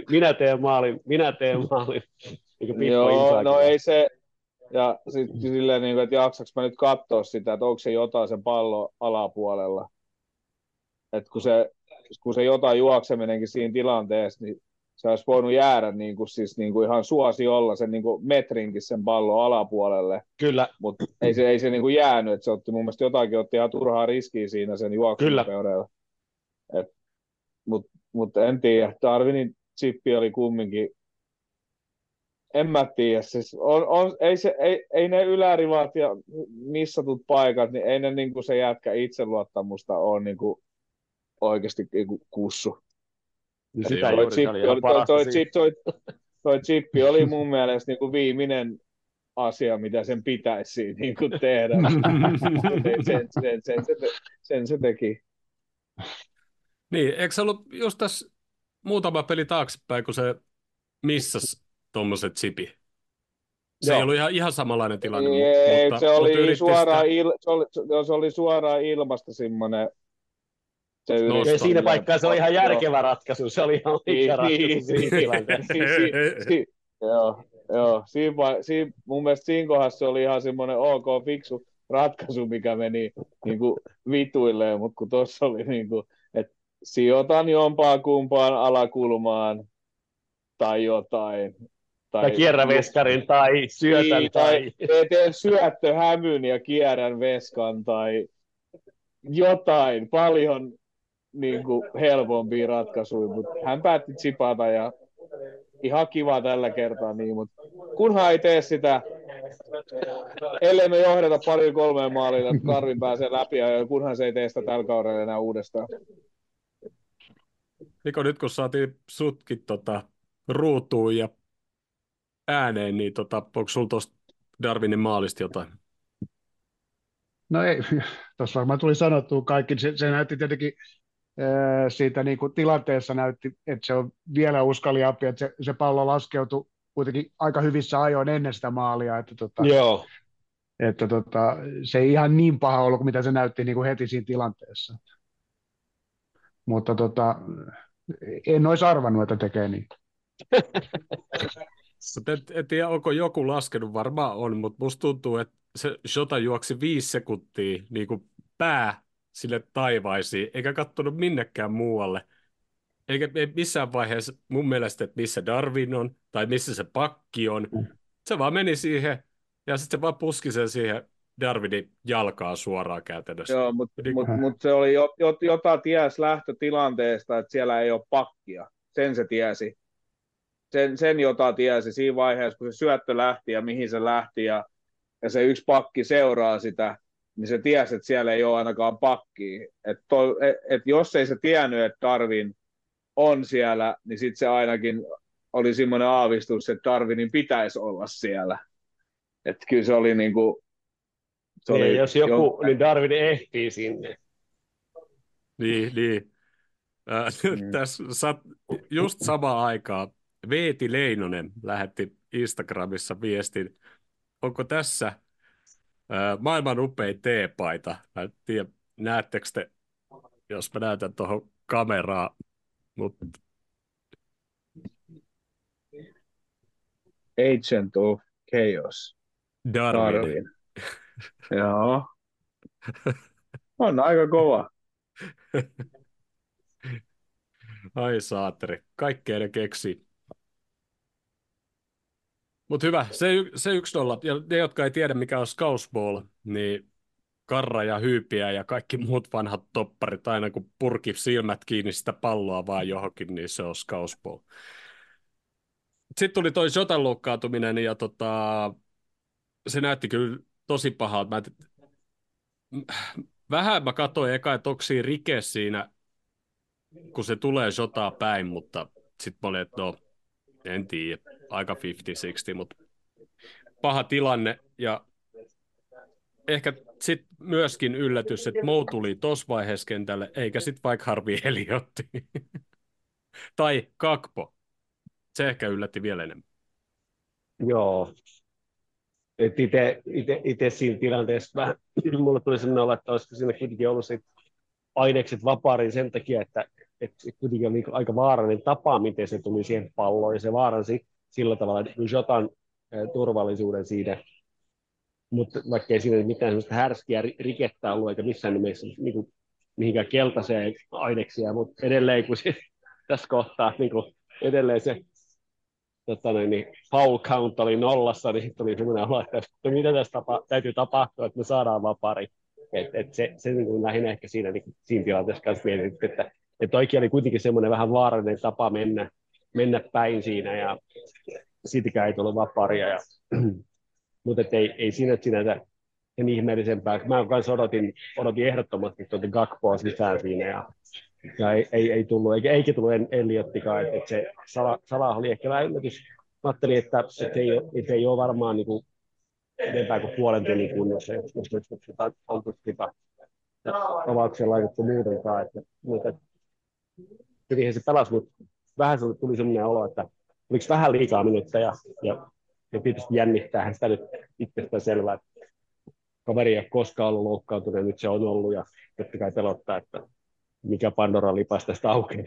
Joo, no ei se... Ja sitten silleen, niin kuin, että jaksaks mä nyt katsoa sitä, että onko se jotain sen pallon alapuolella. Että kun se jotain juokseminenkin siinä tilanteessa, niin se olisi voinut jäädä niin kuin, siis, niin kuin ihan suosiolla sen niin kuin metrinkin sen pallon alapuolelle. Kyllä. Mutta ei se niin kuin jäänyt, että se otti mun mielestä otti ihan turhaa riskiä siinä sen juoksupeudella. Mutta en tiedä, Darwinin chippi oli kumminkin. En mä tiedä, siis ei ne ylärivat ja missatut paikat, niin ei ne niinku se jätkä itseluottamusta ole niinku oikeasti niinku kussu. Toi chippi oli mun mielestä niinku viimeinen asia, mitä sen pitäisi niinku tehdä. sen se teki. Niin, eikö se ollut just tässä muutama peli taaksepäin, kun se missasi tuommoiset chipi? Se ei ollut ihan samanlainen tilanne. Mutta se oli suoraan ilmasta semmoinen. Siinä paikkaa se oli ihan järkevä ratkaisu. Se oli ihan oikea ratkaisu siinä tilanteessa. Joo. Mun mielestä siinä kohdassa se oli ihan semmoinen ok, fiksu ratkaisu, mikä meni niinku vituilleen, mutta kun tuossa oli niinku, että sijoitan jompaan kumpaan alakulmaan tai jotain. Tai kierrän veskarin tai syötän. Tai teen syöttöhämyn ja kierrän veskan tai jotain paljon niin kuin helpompia ratkaisuja, mutta hän päätti chipata ja ihan kiva tällä kertaa, niin, mutta kunhan ei tee sitä, ellei me johdeta pari 3 maalilla, että Darwin pääsee läpi ja kunhan se ei tee sitä tällä kaudella enää uudestaan. Niko, nyt kun saatiin sutkin ruutuun ja ääneen, niin onko sulla tuosta Darwinin maalista jotain? No ei, tuossa varmaan tuli sanottua kaikki. Se näytti tietenkin siitä niin kuin tilanteessa näytti, että se on vielä uskaliaampi, että se pallo laskeutui kuitenkin aika hyvissä ajoin ennen sitä maalia, että, Joo. että se ei ihan niin paha ollut kuin mitä se näytti niin kuin heti siinä tilanteessa. Mutta en olisi arvannut, että tekee niin. En tiedä, onko joku laskenut, varmaan on, mutta musta tuntuu, että se Jota juoksi 5 sekuntia niin kuin pää sille taivaisiin, eikä katsonut minnekään muualle. Eikä missään vaiheessa mun mielestä, että missä Darwin on tai missä se pakki on. Se vaan meni siihen ja sitten se vaan puski sen siihen Darwinin jalkaa suoraan käytännössä. Joo, mutta se oli Jota ties lähtötilanteesta, että siellä ei ole pakkia. Sen se tiesi. Sen Jota tiesi siinä vaiheessa, kun se syöttö lähti ja mihin se lähti ja se yksi pakki seuraa sitä, niin se tiesi, että siellä ei ole ainakaan pakkia. Et jos ei se tiennyt, että Darwin on siellä, niin sitten se ainakin oli semmoinen aavistus, että Darwinin pitäisi olla siellä. Että kyllä se oli niinku... Jos joku, niin Darwin ehtii sinne. Niin. Tässä just samaan aikaan Veeti Leinonen lähetti Instagramissa viestin, onko tässä maailman upein teepaita. Mä en tiedä, näettekö te, jos mä näytän tuohon kameraan, mutta Agent of Chaos. Darwin. Joo. On aika kova. Ai saateri, kaikkea ne keksii. Mutta hyvä, se 1-0. Ja ne, jotka ei tiedä, mikä on Scouseball, niin Karra ja Hyypiä ja kaikki muut vanhat topparit, aina kun purki silmät kiinni sitä palloa vaan johonkin, niin se on Scouseball. Sitten tuli toi Jotan loukkaantuminen ja se näytti kyllä tosi pahalta. Vähän mä katsoin eka, että onko siinä rike siinä, kun se tulee Jotaa päin, mutta sitten mä olin, että no, en tiedä, aika 50-60, mutta paha tilanne ja ehkä sitten myöskin yllätys, että Mou tuli tuossa vaiheessa kentälle, eikä sitten vaikka Harvey Elliotti. Tai Kakpo. Se ehkä yllätti vielä enemmän. Joo. Itse siinä tilanteessa vähän, mulle tuli sellainen olla, että olisiko siinä kuitenkin ollut ainekset vapaarin sen takia, että kuitenkin oli aika vaarallinen tapa, miten se tuli siihen palloon, ja se vaaransi sillä tavalla Jotan turvallisuuden siinä. Mutta vaikka ei siinä mitään sellaista härskiä rikettä ollut, eikä missään nimessä niin mihinkään keltaiseen aineksia, mutta edelleen, kun se, tässä kohtaa niin edelleen se niin foul count oli nollassa, niin sitten tuli sellainen olo, että mitä tässä täytyy tapahtua, että me saadaan vapari. Se niin lähinnä ehkä siinä tilanteessa kanssa mietit, että oikein oli kuitenkin semmoinen vähän vaarallinen tapa mennä päin siinä, ja siitäkään ei tullut vaparia. Mutta ei siinä sinänsä sen ihmeellisempää. Mä kanssa odotin ehdottomasti tuota Gakpoa sisään siinä, ja ei tullut, eikä tullut Elliottikaan, että se Salah oli ehkä vähän yllätys. Mä ajattelin, että ei ole varmaan niin kuin enempää kuin puolen pelin kunnossa, jos oltu sitä avaukseen laitettu muutenkaan. Mutta hyvinhän se pelasi, mutta vähän tuli sellainen olo, että oliko vähän liikaa minuutteja, ja tietysti jännittäähän sitä nyt itsestään selvää, että kaveri ei ole koskaan ollut loukkaantunut, ja nyt se on ollut, ja totta kai pelottaa, että mikä Pandora lipas tästä aukeaa.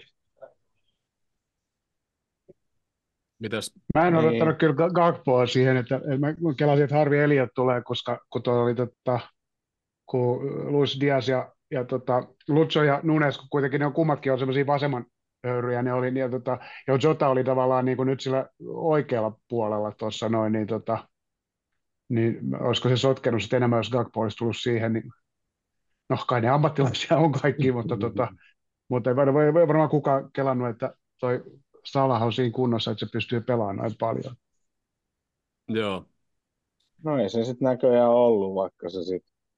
Mitäs? Mä en odottanut kyllä Gakpoa siihen, että mä kelasin, että Harvey Elliott tulee, koska kun oli kun Luis Diaz ja Lucho ja Nunes, kun kuitenkin ne on kummatkin on semmoisia vasemman höyryjä, ne oli, ja Jota oli tavallaan niin kuin nyt sillä oikealla puolella tuossa noin, niin olisiko se sotkenut sitten enemmän, jos Gakpo olisi tullut siihen, niin no kai ne ammattilaisia on kaikki, mutta Mutta ei voi varmaan kukaan kelannut, että toi Salah on siinä kunnossa, että se pystyy pelaamaan noin paljon. Joo. No ei se sitten näköjään ollut, vaikka se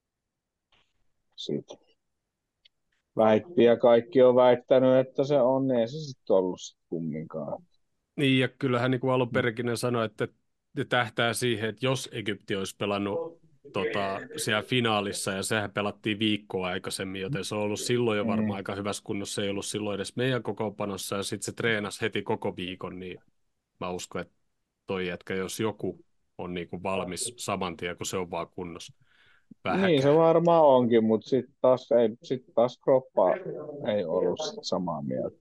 sit väitti ja kaikki on väittänyt, että se on, niin ei se sitten ollut sit kumminkaan. Niin, ja kyllähän niin kuin alun perinkin sanoi, että ne tähtää siihen, että jos Egypti olisi pelannut siellä finaalissa, ja sehän pelattiin viikkoa aikaisemmin, joten se on ollut silloin jo varmaan aika hyvässä kunnossa, se ei ollut silloin edes meidän kokoonpanossa, ja sitten se treenasi heti koko viikon, niin mä uskon, että toi jätkä, jos joku on niin kuin valmis saman tien, kun se on vaan kunnossa. Niin se varmaan onkin, mutta sitten taas kroppa ei ollut sit samaa mieltä.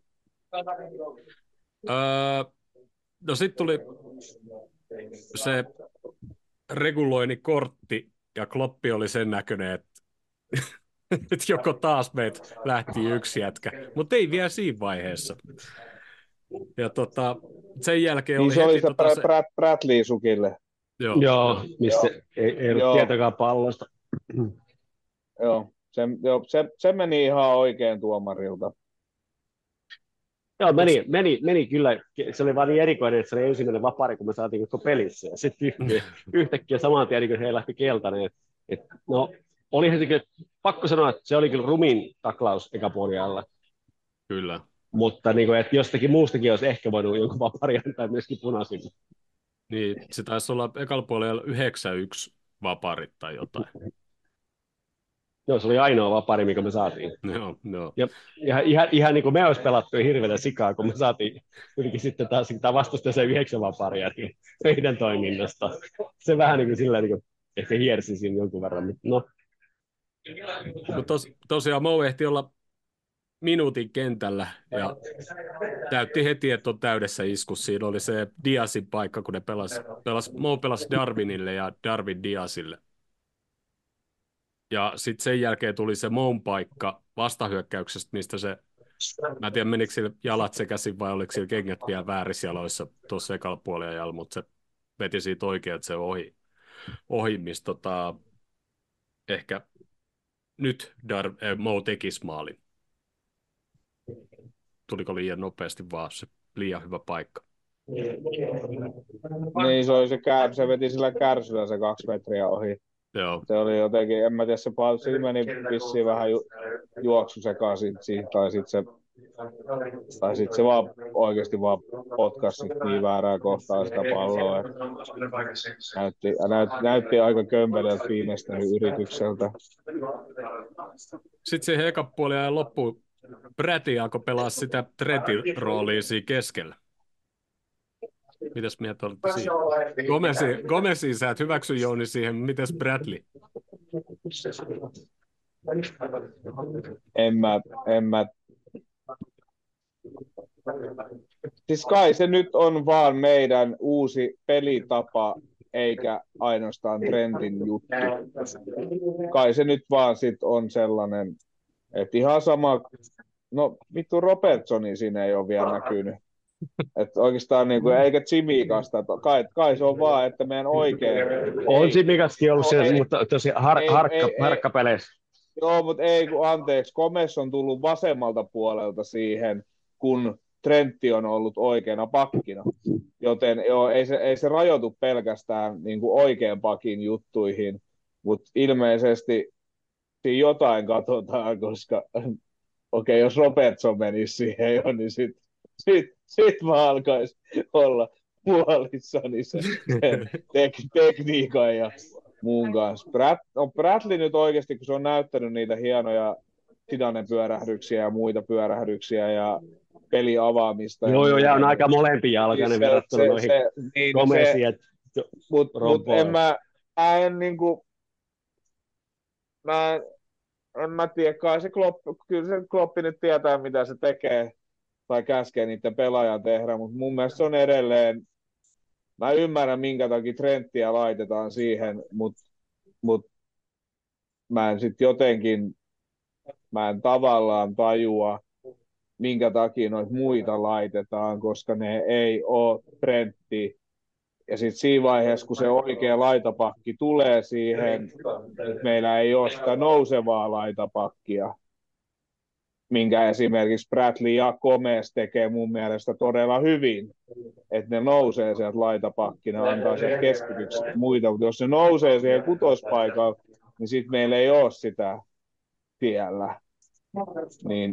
No sitten tuli se reguloinnikortti, ja Kloppi oli sen näköinen, että joko taas meitä lähti yksi jätkä, mutta ei vielä siinä vaiheessa. Ja sen jälkeen niin oli se heti oli se Bradley Sukille. Joo, mistä ei ollut tietokaan pallosta. Se meni ihan oikein tuomarilta. Joo, meni kyllä. Se oli vaan niin erikoinen, että se oli ensimmäinen vapaari, kun me saatiin koko pelissä. Ja sitten yhtäkkiä saman tien, kun he lähti keltainen. No, olihan se kyllä, pakko sanoa, että se oli kyllä rumin taklaus ekapuoliajalla. Kyllä. Mutta niin kuin, että jostakin muustakin olisi ehkä voinut jonkun vapaari antaa myöskin punaisin. Niin, se taisi olla ekalla puolella 9-1 vaparit tai jotain. Joo, se oli ainoa vapaari, mikä me saatiin. Joo. Ja ihan niin kuin me olisi pelattu hirveätä sikaa, kun me saatiin kuitenkin sitten taas vastustajan se 9 vapaaria niin meidän toiminnasta. Se vähän niin kuin sillä niin kuin, ehkä hiersi siinä jonkun verran. No. Tosiaan Mo ehti olla minuutin kentällä ja täytti heti, että on täydessä iskussa. Siinä oli se Diasin paikka, kun ne Mo pelasi Darwinille ja Darwin Diasille. Ja sitten sen jälkeen tuli se Moun paikka vastahyökkäyksestä, mistä se, mä en tiedä menikö sille jalat sekaisin vai oliko sillä kengät vielä väärissä jaloissa tuossa ekalla puoliajalla, mutta se veti siitä oikein, että se ohi mistä ehkä nyt Mo tekisi maalin. Tuliko liian nopeasti vaan se liian hyvä paikka? Niin se veti sillä kärsyllä se 2 metriä ohi. Joo. Se oli jotenkin, en mä tiedä, se meni vissiin vähän juoksu sekaisin siihen, tai sitten se vaan oikeasti vaan potkasi niin väärää kohtaa sitä palloa. Näytti aika kömpelöltä viimeistely yritykseltä. Sitten se eka puoli ajan loppuun Bräti alkoi pelaa sitä Trentin roolia siinä keskellä. Mitäs mieltä olitte siitä? Gomesiin sä et hyväksy Jouni siihen, mitäs Bradley? En mä. Siis kai se nyt on vaan meidän uusi pelitapa, eikä ainoastaan Trentin juttu. Kai se nyt vaan sit on sellainen, että ihan sama, no vittu Robertsoni siinä ei ole vielä näkynyt. Että oikeastaan niin kuin, eikä Jimikasta, kai se on vaan, että meidän oikein... On Jimikaskin ollut siellä, mutta tosiaan harkkapeleissä. Joo, mutta ei kun anteeksi, Gomes on tullut vasemmalta puolelta siihen, kun Trentti on ollut oikeana pakkina. Joten joo, ei se rajoitu pelkästään niin kuin oikean pakin juttuihin, mutta ilmeisesti siinä jotain katsotaan, koska okei, jos Robertson menisi siihen jo, niin sitten mä alkaisin olla huolissani sen tekniikan ja muun kanssa. Bradley nyt oikeasti, kun se on näyttänyt niitä hienoja Zidanen pyörähdyksiä ja muita pyörähdyksiä ja peliavaamista. Joo, ja on aika molempia jalkainen verrattuna noihin Gomesiin. Mutta en mä tiedä, kai kyllä se Kloppi nyt tietää, mitä se tekee tai käskee niiden pelaajan tehdä, mutta mun mielestä se on edelleen, mä ymmärrän minkä takia Trenttiä laitetaan siihen, mutta mä en sitten jotenkin, mä en tavallaan tajua, minkä takia noita muita laitetaan, koska ne ei ole Trentti. Ja sitten siinä vaiheessa, kun se oikea laitapakki tulee siihen, meillä ei ole sitä nousevaa laitapakkia. minkä esimerkiksi Bradley ja Gomez tekee mun mielestä todella hyvin, että ne nousee sieltä laitapakkina, antaa sieltä keskitykset muita, mutta jos ne nousee siihen kutospaikalle, niin sitten meillä ei ole sitä tiellä. Niin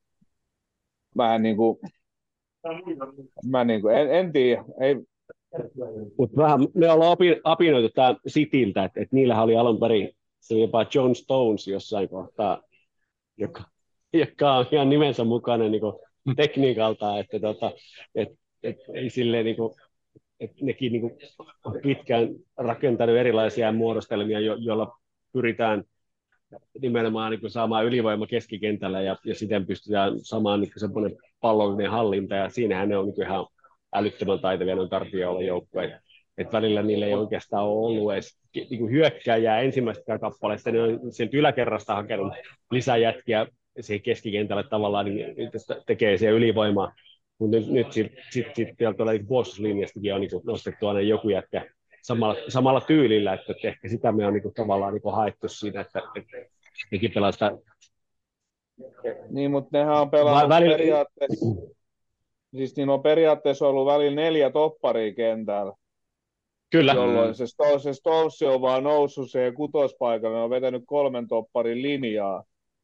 en tiedä. Mutta vähän me ollaan apinoitu tämä Cityltä, että niillähän oli alun perin se oli jopa John Stones jossain kohtaa, joka on ihan nimensä mukainen niin tekniikalta, että ei silleen että nekin on pitkään rakentanut erilaisia muodostelmia, joilla pyritään nimenomaan saamaan ylivoima keskikentällä ja siten pystytään saamaan semmoinen pallollinen hallinta ja siinähän ne on ihan älyttömän taitavia noin Guardiolan joukkoja. Että välillä niillä ei oikeastaan ole ollut edes hyökkääjää ensimmäisestä kappaleesta, ne on sieltä yläkerrasta hakenut lisäjätkiä siihen keskikentälle tavallaan, niin tekee siihen ylivoimaa. Mutta nyt sitten tuolla puolustuslinjastakin on nostettu aina joku jätkä samalla tyylillä, että ehkä sitä me on tavallaan haettu siinä, että nekin pelaa sitä. Niin, mutta nehän on pelannut periaatteessa, siis niin on periaatteessa ollut välillä 4 topparia kentällä. Kyllä. Jolloin se Stones on vaan noussut siihen kutospaikalle, ne on vetänyt 3 topparin linjaa.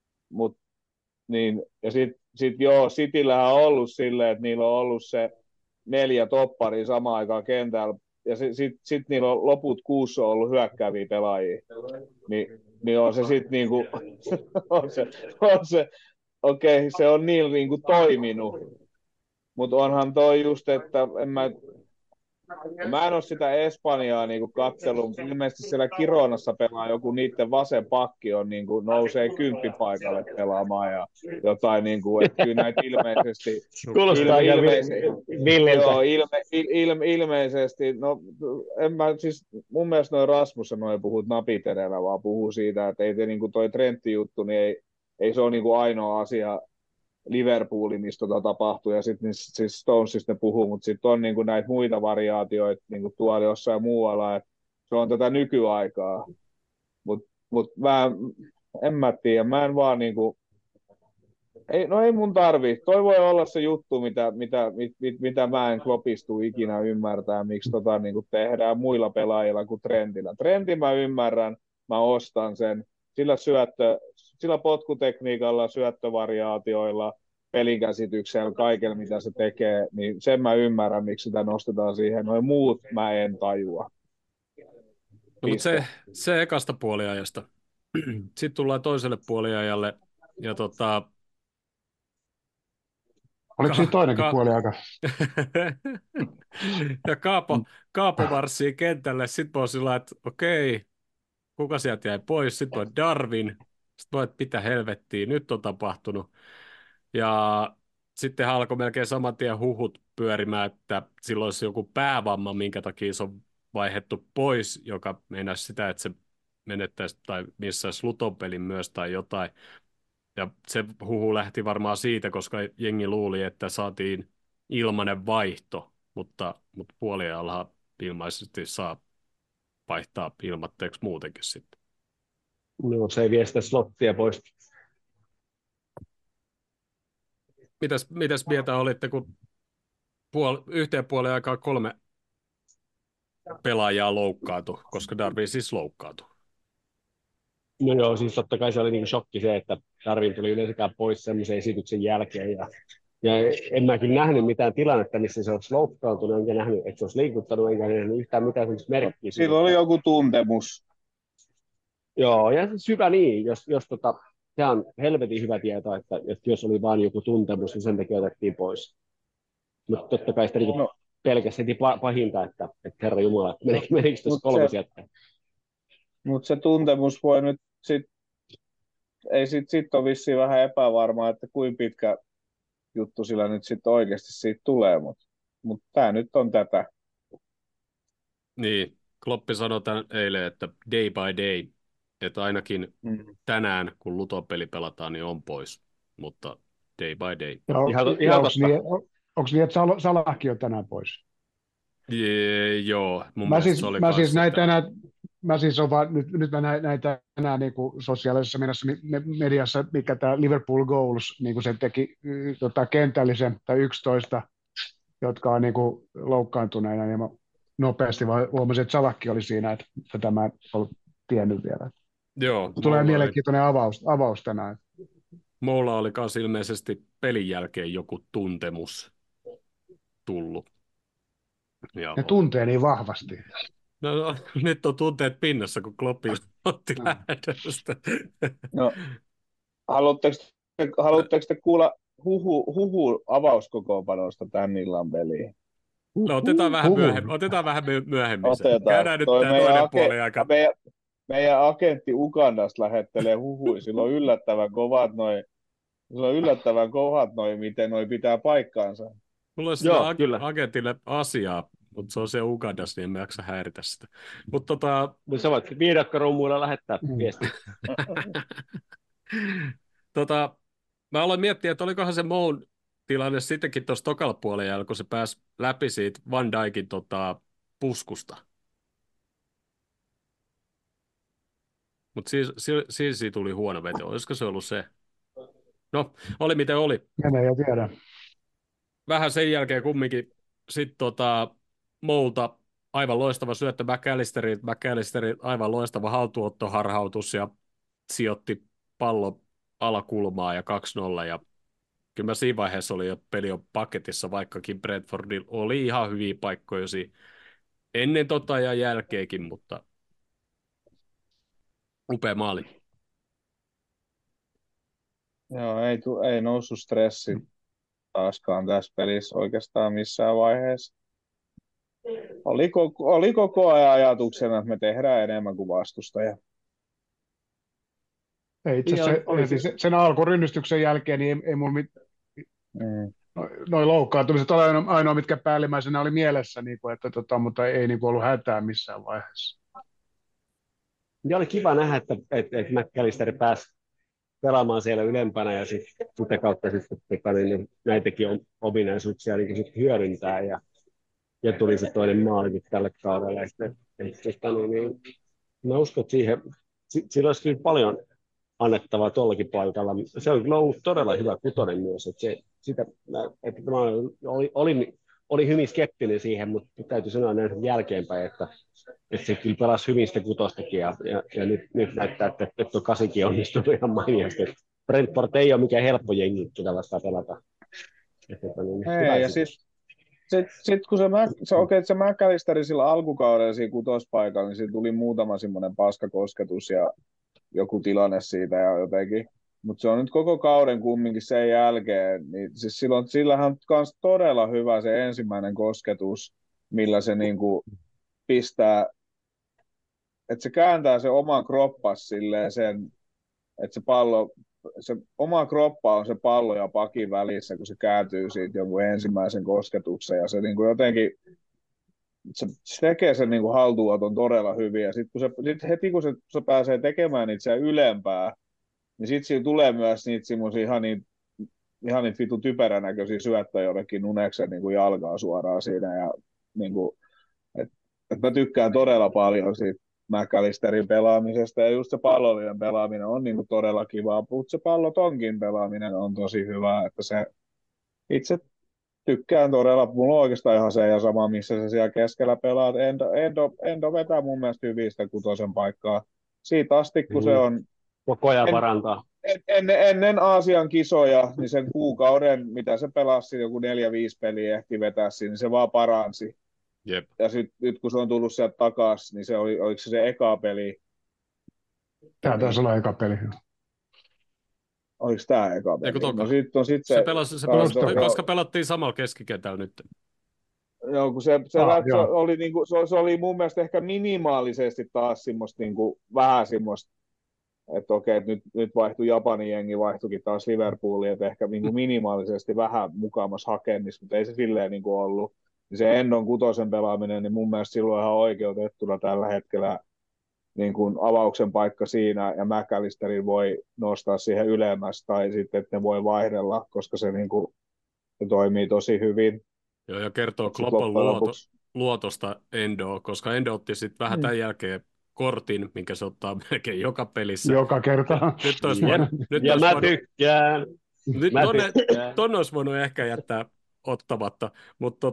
Ja sitten Cityllähän on ollut silleen, että niillä on ollut se 4 topparia samaan aikaan kentällä, ja sitten niillä on loput 6 on ollut hyökkääviä pelaajia. Niin on se sitten niinku, okei, se on niillä niinku toiminut. Mutta onhan toi just, että mä en ole sitä Espanjaa niinku katsellut, mutta ilmeisesti siellä Kironassa pelaa joku niiden vasen pakki on niinku nousee 10 paikalle pelaamaan ja jotain niinku, että kyllä näitä ilmeisesti kuulostaa ihan villiltä. Ilmeisesti, no mun mielestä noin Rasmussen noin puhut napit edellä, vaan puhuu siitä, että ei te niinku toi Trentti-juttu, niin ei se ole niinku ainoa asia Liverpoolin, mistä tapahtuu, ja sitten siis Stonesista ne puhuu, mutta sitten on niinku näitä muita variaatioita niinku tuolla jossain muualla, että se on tätä nykyaikaa. Mut en mä tiedä, mä en vaan niinku, ei mun tarvii. Toi voi olla se juttu, mitä mä en Kloppistu ikinä ymmärtää, miksi niinku tehdään muilla pelaajilla kuin Trentillä. Trentin mä ymmärrän, mä ostan sen, sillä potkutekniikalla, syöttövariaatioilla, pelinkäsityksellä, kaikella mitä se tekee, niin sen mä ymmärrän, miksi sitä nostetaan siihen. Noin muut mä en tajua. No, mutta se ekasta puoliajasta. Sitten tullaan toiselle puoliajalle. Ja oliko siinä toinenkin puoliaika? ja Kaapo marssii kentälle. Sitten on sillä, että okei, kuka sieltä jäi pois? Sitten on Darwin. Sitten että mitä helvettiä, nyt on tapahtunut. Ja sitten alkoi melkein saman tien huhut pyörimään, että silloin olisi joku päävamma, minkä takia se on vaihdettu pois, joka meinasi sitä, että se menettäisi tai missäisi Luton pelin myös tai jotain. Ja se huhu lähti varmaan siitä, koska jengi luuli, että saatiin ilmainen vaihto, mutta puoliajalla ilmaisesti saa vaihtaa ilmatteeksi muutenkin sitten. No, se ei vie sitä slottia pois. Mitäs mieltä olitte, kun yhteen puoleen aikaa 3 pelaajaa loukkaantui, koska Darwin siis loukkaantui? No joo, siis totta kai se oli niinku shokki se, että Darwin tuli yleensäkään pois semmoisen esityksen jälkeen. Ja en mäkin nähnyt mitään tilannetta, missä se olisi loukkaantunut, enkä nähnyt, että se olisi liikuttanut, enkä nähnyt yhtään mitään merkkiä. Sillä oli joku tuntemus. Joo, ja hyvä niin, jos se on helvetin hyvä tieto, että jos oli vain joku tuntemus, niin sen takia otettiin pois. Mutta totta kai sitä pelkästään heti pahinta, että herra Jumala, menikö tässä 3 sieltä? Mutta se tuntemus voi nyt ei sit ole vissiin vähän epävarmaa, että kuinka pitkä juttu sillä nyt sitten oikeasti siitä tulee, mutta tämä nyt on tätä. Niin, Kloppi sanoi tämän eilen, että day by day, että ainakin tänään, kun Luton-peli pelataan, niin on pois, mutta day by day. Onko niin, että Salahkin on tänään pois? Joo, mun mä mielestä siis, se oli mä siis näin mä siis on vaan, nyt mä näin tänään niin kuin sosiaalisessa mediassa, mikä tämä Liverpool Goals, niin kuin se teki kentällisen tai 11, jotka on niin kuin loukkaantuneina, niin mä nopeasti vaan huomasin, että Salakki oli siinä, että tätä mä en ollut tiennyt vielä. Joo, Tulee mielenkiintoinen avaus tänään. Moulla oli myös ilmeisesti pelin jälkeen joku tuntemus tullut. Ne tuntee niin vahvasti. No, nyt on tunteet pinnassa, kun Kloppi otti lähdöstä. No, haluatteko te kuulla huhu avauskokoonpanosta tämän illan peliin? No, otetaan vähän myöhemmin se. Otetaan. Käydään nyt tämä toinen puoli aika. Meidän agentti Ugandasta lähettelee huhui. Sillä on yllättävän kovat noi, miten noi pitää paikkaansa. Mulla on sitä agentille asiaa, mutta se on se Ugandas, niin en mä jaksa häiritä sitä. Mutta sä voit viidakkorummuilla lähettää viestiä. Mä aloin miettiä, että olikohan se Moun tilanne sittenkin tuossa tokalla puolella, kun se pääsi läpi siitä Van Dijkin puskusta. Mutta siinä tuli huono veto. Olisiko se ollut se? No, oli miten oli. En ei tiedä. Vähän sen jälkeen kumminkin sitten Moulta aivan loistava syöttö McAllisterin aivan loistava haltuottoharhautus ja sijoitti pallo alakulmaa ja 2-0 ja kyllä mä siinä vaiheessa oli jo peli on paketissa, vaikkakin Brentfordilla oli ihan hyviä paikkoja ennen ja jälkeenkin, mutta upea maali. Joo, ei noussut stressi taaskaan tässä pelissä oikeastaan missään vaiheessa. Oli koko ajan ajatuksena, että me tehdään enemmän kuin vastustaja. Ei itse asiassa sen alkurynnistyksen jälkeen niin ei mulla noin loukkaantumiset oli ainoa, mitkä päällimmäisenä oli mielessä, niin kuin, mutta ei niin kuin ollut hätää missään vaiheessa. Ja oli kiva nähdä, että McAllister pääsi pelaamaan siellä ylempänä ja sitä kautta niin näitäkin ominaisuuksia niin hyödyntää ja tuli se toinen maalikin tälle kaudelle. Mä uskon, että sillä olisi kyllä paljon annettavaa tuollakin paikalla. Se on kyllä ollut todella hyvä kutonen myös. Mä olin hyvin skeptinen siihen, mutta täytyy sanoa näin jälkeenpäin, että se kyllä pelasi hyvin sitä kutostakin ja nyt näyttää, että tuo kasikin onnistunut ihan mainiosti. Brentford ei ole mikään helppo jengi, jota vastaan pelata. Ei, ja sitten kun se McAllister sillä alkukaudella siinä kutospaikalla, niin siinä tuli muutama semmoinen paskakosketus ja joku tilanne siitä ja jotenkin. Mutta se on nyt koko kauden kumminkin sen jälkeen, niin siis sillähän on myös todella hyvä se ensimmäinen kosketus, millä se niinku pistää, että se kääntää se oman kroppas silleen sen, että se oma kroppa on se pallo ja pakin välissä, kun se kääntyy siitä jonkun ensimmäisen kosketuksen ja se niinku jotenkin se tekee sen niinku haltuunoton todella hyvin ja heti kun se pääsee tekemään niitä ylempää, niin sitten siinä tulee myös niitä semmoisia ihan niitä vitun typeränäköisiä syöttöjä jollekin Nuneksen niin kuin jalkaa suoraan siinä. Ja, niin kuin, et mä tykkään todella paljon siitä McAllisterin pelaamisesta ja just se pallollinen pelaaminen on niin kuin todella kivaa, mutta se pallotonkin pelaaminen on tosi hyvä, että se itse tykkään todella, mulla on oikeastaan ihan se ja sama, missä se siellä keskellä pelaat. Endo vetää mun mielestä hyvistä kutosen paikkaa. Siitä asti, kun se on koko ajan parantaa. Ennen Aasian kisoja, niin sen kuukauden, mitä se pelasi, joku 4-5 peliä ehti vetää siinä, niin se vaan paransi. Jep. Ja nyt kun se on tullut sieltä takaisin, niin oliko se eka peli? Tämä taisi olla eka peli. Oliko tämä eka peli? No sit se pelasi, koska pelattiin samalla keskikentällä nyt. Joo, kun se oli, niinku, se oli mun mielestä ehkä minimaalisesti taas semmoista, niinku, vähän semmoista, että okei, että nyt vaihtui Japanin jengi, vaihtuikin taas Liverpooliin, että ehkä niinku minimaalisesti vähän mukaamassa hakemista, mutta ei se silleen niinku ollut. Se Endon kutosen pelaaminen, niin mun mielestä silloin ihan oikeutettuna tällä hetkellä niin kuin avauksen paikka siinä, ja McAllisterin voi nostaa siihen ylemmäs, tai sitten, että ne voi vaihdella, koska se, niin kuin, se toimii tosi hyvin. Joo, ja kertoo Kloppon luotosta Endoa, koska Endo otti sitten vähän tämän jälkeen kortin, minkä se ottaa melkein joka pelissä. Joka kerta. Nyt olisi Jep. nyt Ja olisi mä voinut, tykkään. nyt Mä tykkään. tonne olisi voinut ehkä jättää ottamatta, mutta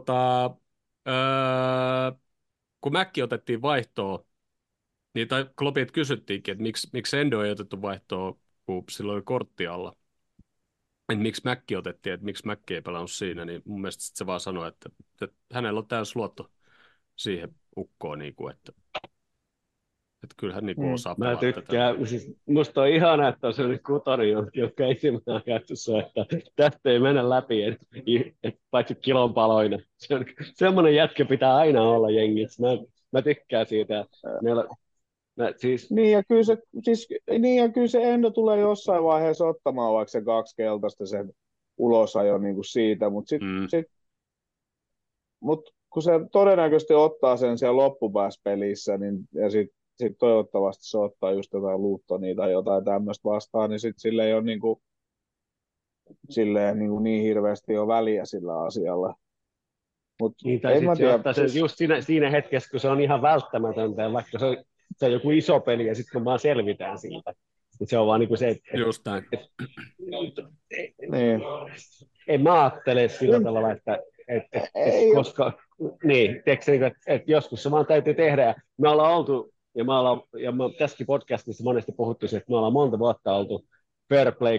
kun Mäkki otettiin vaihtoon, niin tai Kloppilta kysyttiinkin, että miksi Endo ei otettu vaihtoon, kun sillä oli kortti alla. Että miksi Mäkki otettiin, että miksi Mäkki ei pelannut siinä, niin mun mielestä sit se vaan sanoi, että hänellä on täysi luotto siihen ukkoon, niin kuin, että kyllä hän niin kuin osaa Mä pelata tykkään. Siis musta on ihanaa, että on sellainen kutori, joka ensimmäinen ajatus on, että tästä ei mennä läpi, paitsi kilon paloina. Semmoinen jätkä pitää aina olla jengissä. Mä tykkään siitä. Siis... Niin ja kyllä se Endo tulee jossain vaiheessa ottamaan vaikka se 2 keltaista sen ulosajo niin kuin siitä, mutta kun se todennäköisesti ottaa sen siellä loppupäässä pelissä, niin, ja sitten toivottavasti se ottaa just jotain Lutonia tai jotain tämmöistä vastaan, niin sitten sille ei ole niin hirveästi jo väliä sillä asialla. Niin, tai sitten se ottaa sen just siinä hetkessä, kun se on ihan välttämätöntä, vaikka se on joku iso peli, ja sitten kun vaan selvitään siitä. Niin se on vaan niin kuin se, että... Just näin. Niin. En mä ajattele sillä tavalla, että koska... Niin, että joskus se vaan täytyy tehdä. Ja me ollaan oltu, ja me tässäkin podcastissa monesti puhuttu, että me ollaan monta vuotta oltu fair play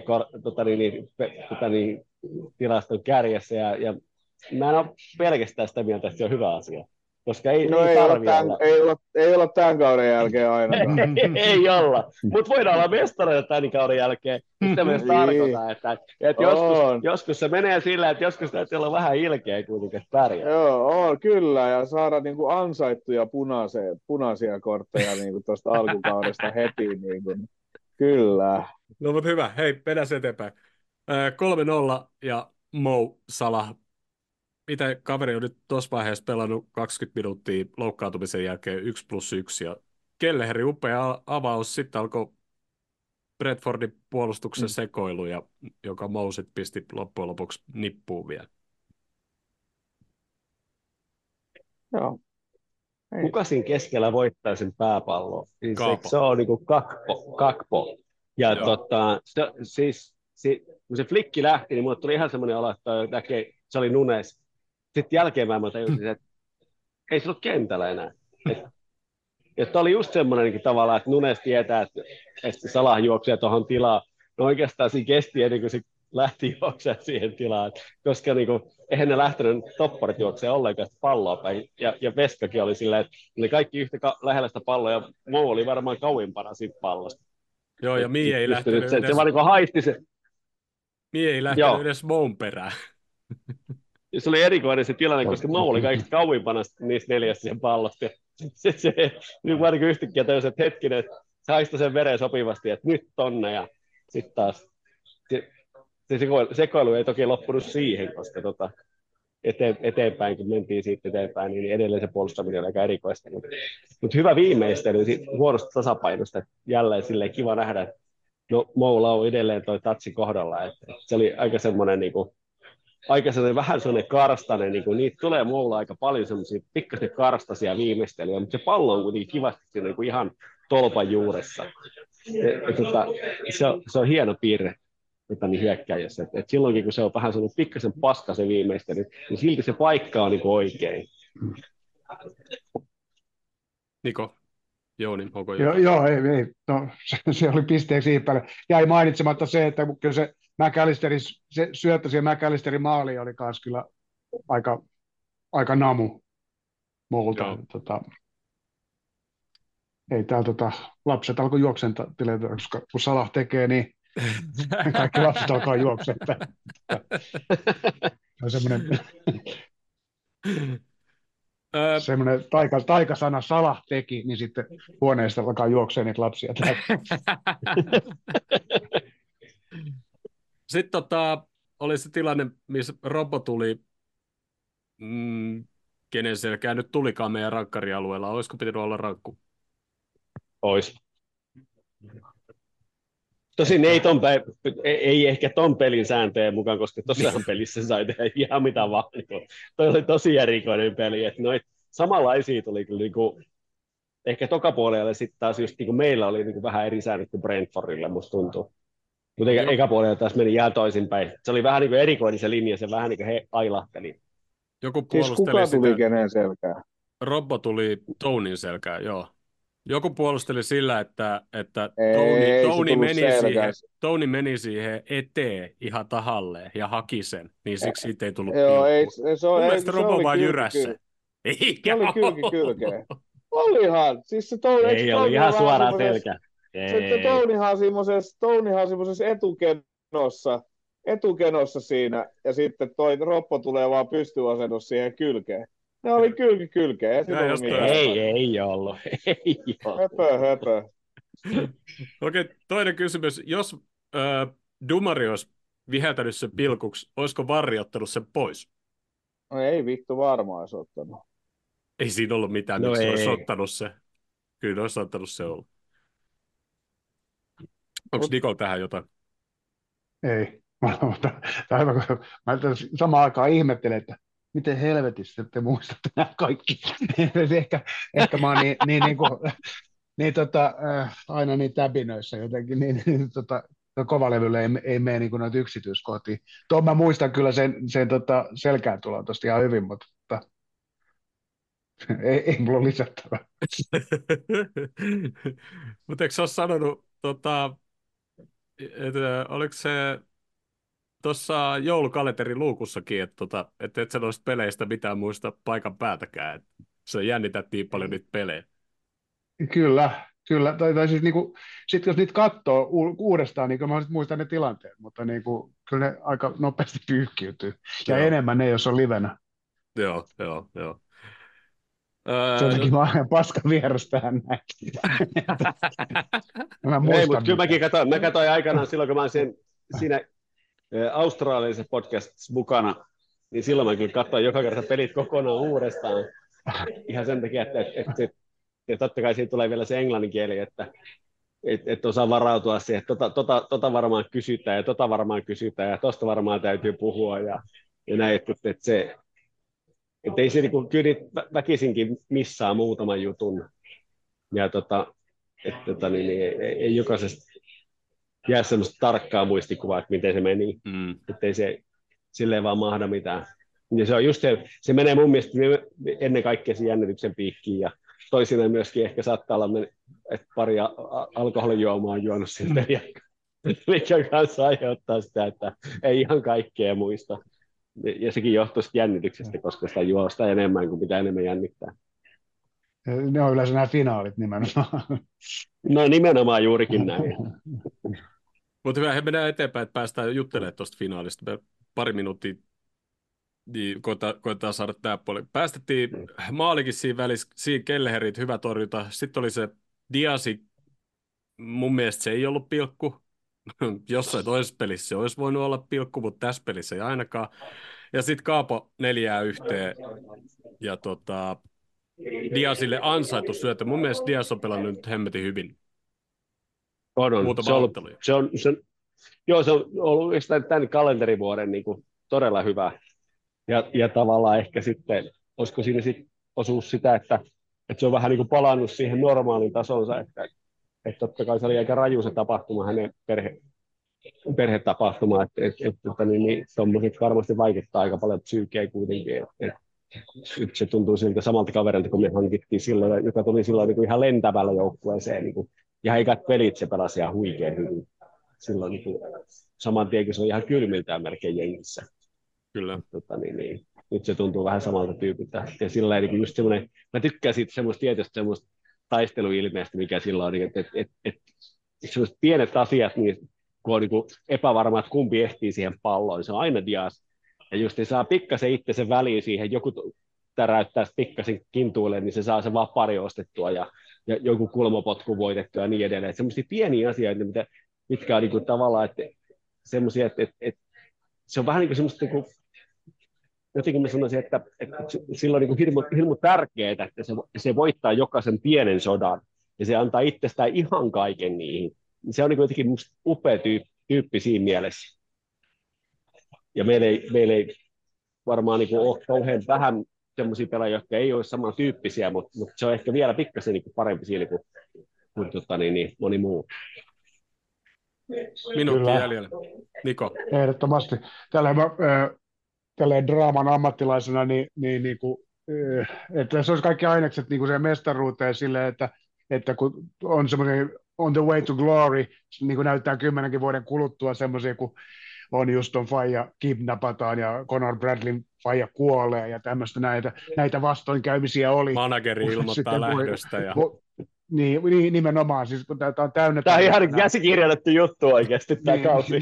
tilaston kärjessä, ja mä en ole pelkästään sitä mieltä, että se on hyvä asia. Koska ei olla tämän kauden jälkeen ainakaan. Ei olla, mutta voidaan olla mestareita tämän kauden jälkeen. Sitä myös tarkoittaa, että joskus se menee sillä, että joskus täytyy olla vähän ilkeä kuitenkin, että pärjää. Joo, kyllä, ja saada niinku ansaittuja punaisia kortteja niinku tuosta alkukaudesta heti. Niinku. Kyllä. No mutta hyvä, hei, mennään eteenpäin. 3-0 ja Mo Salah. Mitä kaveri on nyt tuossa vaiheessa pelannut 20 minuuttia loukkaantumisen jälkeen 1+1 ja Kelleherin upea avaus, sitten alkoi Bradfordin puolustuksen sekoilu, joka Mousit pisti loppujen lopuksi nippuun vielä. Joo. Kuka siinä keskellä voittaa sen pääpallon? Se on niin kuin Kakpo. Ja kun se flikki lähti, niin mulle tuli ihan semmoinen olo, että se oli Nunes. Sitten jälkeen mä tajusin, että ei se ollut kentällä enää. Että oli just semmoinen tavallaan, että Nunes tietää, että Salah juoksee tuohon tilaan. No oikeastaan siinä kesti ennen kuin se lähti juoksemaan siihen tilaan. Koska niin kuin, eihän ne lähtenyt topparit juoksee ollenkaan palloa päin. Ja Veskakin oli silleen, että ne kaikki yhtä lähellä sitä palloa, ja Mo oli varmaan kauimpana siitä pallosta. Joo, ja Mie ei lähtenyt edes... Se vaan niin kuin haisti se. Mie ei lähtenyt edes Moon perään. Se oli erikoinen se tilanne, koska Mo oli kaikista kauimpana niistä 4 siihen pallosta. Se vaan niin yhtäkkiä täysin, että hetkinen, että se haistoi sen veren sopivasti, että nyt tonne. Ja sitten taas se sekoilu ei toki loppunut siihen, koska eteenpäin, kun mentiin siitä eteenpäin, niin edelleen se puolustaminen oli aika erikoista. Mutta hyvä viimeistely huonosta tasapainosta. Jälleen silleen kiva nähdä, että Molla on edelleen toi tatsi kohdalla. Että se oli aika semmoinen vähän sellainen karstainen, niitä tulee Moulla aika paljon semmoisia pikkasen karstaisia viimeistelyjä, mutta se pallo on kuitenkin kivasti siinä ihan tolpan juuressa. Se on hieno piirre hyökkäjässä, että silloinkin kun se on vähän sellainen pikkasen paska se viimeistely, niin silti se paikka on oikein. Niko? Jouni, onko jotain? Joo, ei. No, se oli pisteeksi siihen päälle. Jäi mainitsematta se, että kyllä se se syöttö siihen McAllisterin maaliin oli myös kyllä aika namu Moulta. Ei täällä lapset alkoi juoksentelemaan, koska kun Salah tekee, niin kaikki lapset alkaa juoksentaa. Se on semmoinen taikasana Salah teki, niin sitten huoneesta alkaa juokseen niitä lapsia. Sitten oli se tilanne, missä Robbo tuli, kenen selkää nyt tulikaan meidän rankkarialueella. Olisiko pitänyt olla rankku? Ois. Tosin ei ehkä ton pelin sääntöjen mukaan, koska tosiaan pelissä sai tehdä ihan mitä vaan. Toi oli tosi erikoinen peli, että noit samanlaisia tuli kyllä ehkä tokapuolelle sitten taas just niin kuin meillä oli niin kuin vähän eri säännöt kuin Brentfordille, musta tuntuu. Mutta eka puolella taas meni jää toisinpäin. Se oli vähän niin kuin erikoinen se linja, se vähän niin kuin he ailahteli. Joku Siis puolusteli kuka sitä, tuli kenen selkään? Robbo tuli Tonin selkään, joo. Joku puolusteli sillä, että Ei se tullut selkään. Tony meni siihen eteen ihan tahalleen ja haki sen, niin siksi siitä ei tullut Joo, pilkku. Mun mielestä Robbo vaan jyrässä. Se oli kylki kylkeen. Olihan. Siis se Tony, ei oli ihan suoraan selkä. Se Tonyhan semmoisessa etukenossa siinä, ja sitten toi Roppo tulee vaan pystyasennossa siihen kylkeen. Ne oli kylkeen. Ei ollut. Höpö. Okei, toinen kysymys. Jos Dumari olisi viheltänyt sen pilkuksi, olisiko Varri ottanut sen pois? No ei vittu varmaan olisi ottanut. Ei siinä ollut mitään, no miksi olisi ottanut se. Kyllä olisi ottanut se olla. Onko Nikol tähän jotain? Ei. Mä samaan aikaan ihmettelen, että miten helvetissä te muistatte nämä kaikki. ehkä mä oon aina niin täbinöissä jotenkin, kovalevyllä ei mene niin noita yksityiskohtia. Tuon mä muistan kyllä sen selkään tulon tuosta ihan hyvin, mutta ei mulla ole lisättävää. Mutta eikö sä ole sanonut, että oliko se tuossa joulukalenterin luukussakin, että et sä noista peleistä mitään muista paikan päätäkään, että se jännitettiin paljon niitä pelejä. Kyllä. Tai siis sitten jos niitä katsoo uudestaan, niin mä muistan ne tilanteet, mutta kyllä ne aika nopeasti pyyhkiytyy. Ja enemmän ne, jos on livenä. Joo. Se onkin vaan paska vieras tähän näin. Ei, mutta kyllä mä katsoin aikanaan silloin, kun mä olin siinä australialaisessa podcastissa mukana, niin silloin mä kyllä katsoin joka kerta pelit kokonaan uudestaan. Ihan sen takia, että totta kai siinä tulee vielä se englannin kieli, että osaa varautua siihen, että tota varmaan kysytään ja tota varmaan kysytään ja tosta varmaan täytyy puhua ja näin, että ei se niinku, kyllä väkisinkin missaa muutaman jutun ja ei jokaisesta jää semmoista tarkkaa muistikuvaa, että miten se meni, ettei se silleen vaan mahda mitään. Ja se on just se menee mun mielestä ennen kaikkea sen jännityksen piikkiin ja toisinaan myöskin ehkä saattaa olla, että pari alkoholijuomaa on juonut siltä, mikä kanssa aiheuttaa sitä, että ei ihan kaikkea muista. Ja sekin johtuu jännityksestä, koska sitä juosta enemmän kuin pitää enemmän jännittää. Ne on yleensä nämä finaalit nimenomaan. No nimenomaan juurikin näin. Mutta hyvä, he mennään eteenpäin, että päästään juttelemaan tuosta finaalista. Me pari minuuttia niin koetaan saada tämä puoli. Päästettiin maalikin siinä välissä, siinä Kelleherit, hyvä torjunta. Sitten oli se Diasi, mun mielestä se ei ollut pilkku. Jossain toisessa pelissä se olisi voinut olla pilkku, mutta tässä pelissä ei ainakaan. Ja sitten Kaapo 4-1. Ja Diasille ansaitu syötä. Mun mielestä Dias on pelannut nyt hemmetin hyvin. Se on ollut tämän kalenterivuoden niin kuin todella hyvä. Ja tavallaan ehkä sitten, olisiko siinä sitten osuus sitä, että se on vähän niin kuin palannut siihen normaalin tasonsa, että totta kai se oli aika raju se tapahtuma, hänen perhetapahtuma, että tuommoiset varmasti vaikuttaa aika paljon psyykeen kuitenkin, että se tuntuu siltä samalta kaverilta, kun me hankittiin silloin, joka tuli silloin niin kuin ihan lentävällä joukkueeseen, niin kuin, ja eikä pelit se pelasi ihan huikean hyvin. Silloin niin kuin, saman tien, kun se on ihan kylmiltään melkein jengissä. Kyllä. Nyt se tuntuu vähän samalta tyypiltä. Ja sillä niin just semmoinen, mä tykkään siitä semmoista tietysti semmoista taisteluilmeestä, mikä silloin on, että sellaiset pienet asiat, niin kun on niin kuin epävarma, että kumpi ehtii siihen palloon, niin se on aina Dias. Ja just ne saa pikkasen itsensä väliin siihen, joku täräyttää pikkasen kintuille, niin se saa sen vapari ostettua ja joku kulmapotku voitettua ja niin edelleen. Semmoisia pieniä asioita, mitkä on niin kuin tavallaan, että semmoisia, että se on vähän niin kuin semmoista, niin kuin, jotenkin mä sanoisin, että sillä on niin kuin hirmu tärkeää, että se voittaa jokaisen pienen sodan ja se antaa itsestään ihan kaiken niihin. Se on niin kuin jotenkin musta upea tyyppi siinä mielessä. Ja meillä ei varmaan niin kuin ole kauhean vähän semmoisia pelaajia, jotka ei ole samantyyppisiä, mutta se on ehkä vielä pikkasen niin parempi siinä kuin moni muu. Minuutti Kyllä, jäljellä. Niko. ehdottomasti. Tälleen draaman ammattilaisena, niin kuin, että se olisi kaikki ainekset niin kuin siihen mestaruuteen silleen, että kun on semmoinen on the way to glory, niin kuin näyttää 10 vuoden kuluttua semmoisia, kun on just ton faija kidnapataan ja Conor Bradleyn faija kuolee ja tämmöistä näitä vastoinkäymisiä oli. Manageri ilmoittaa lähdöstä. Niin, nimenomaan, siis kun tämä on täynnä... Tämä on ihan käsikirjoitettu juttu oikeasti, tämä kausi.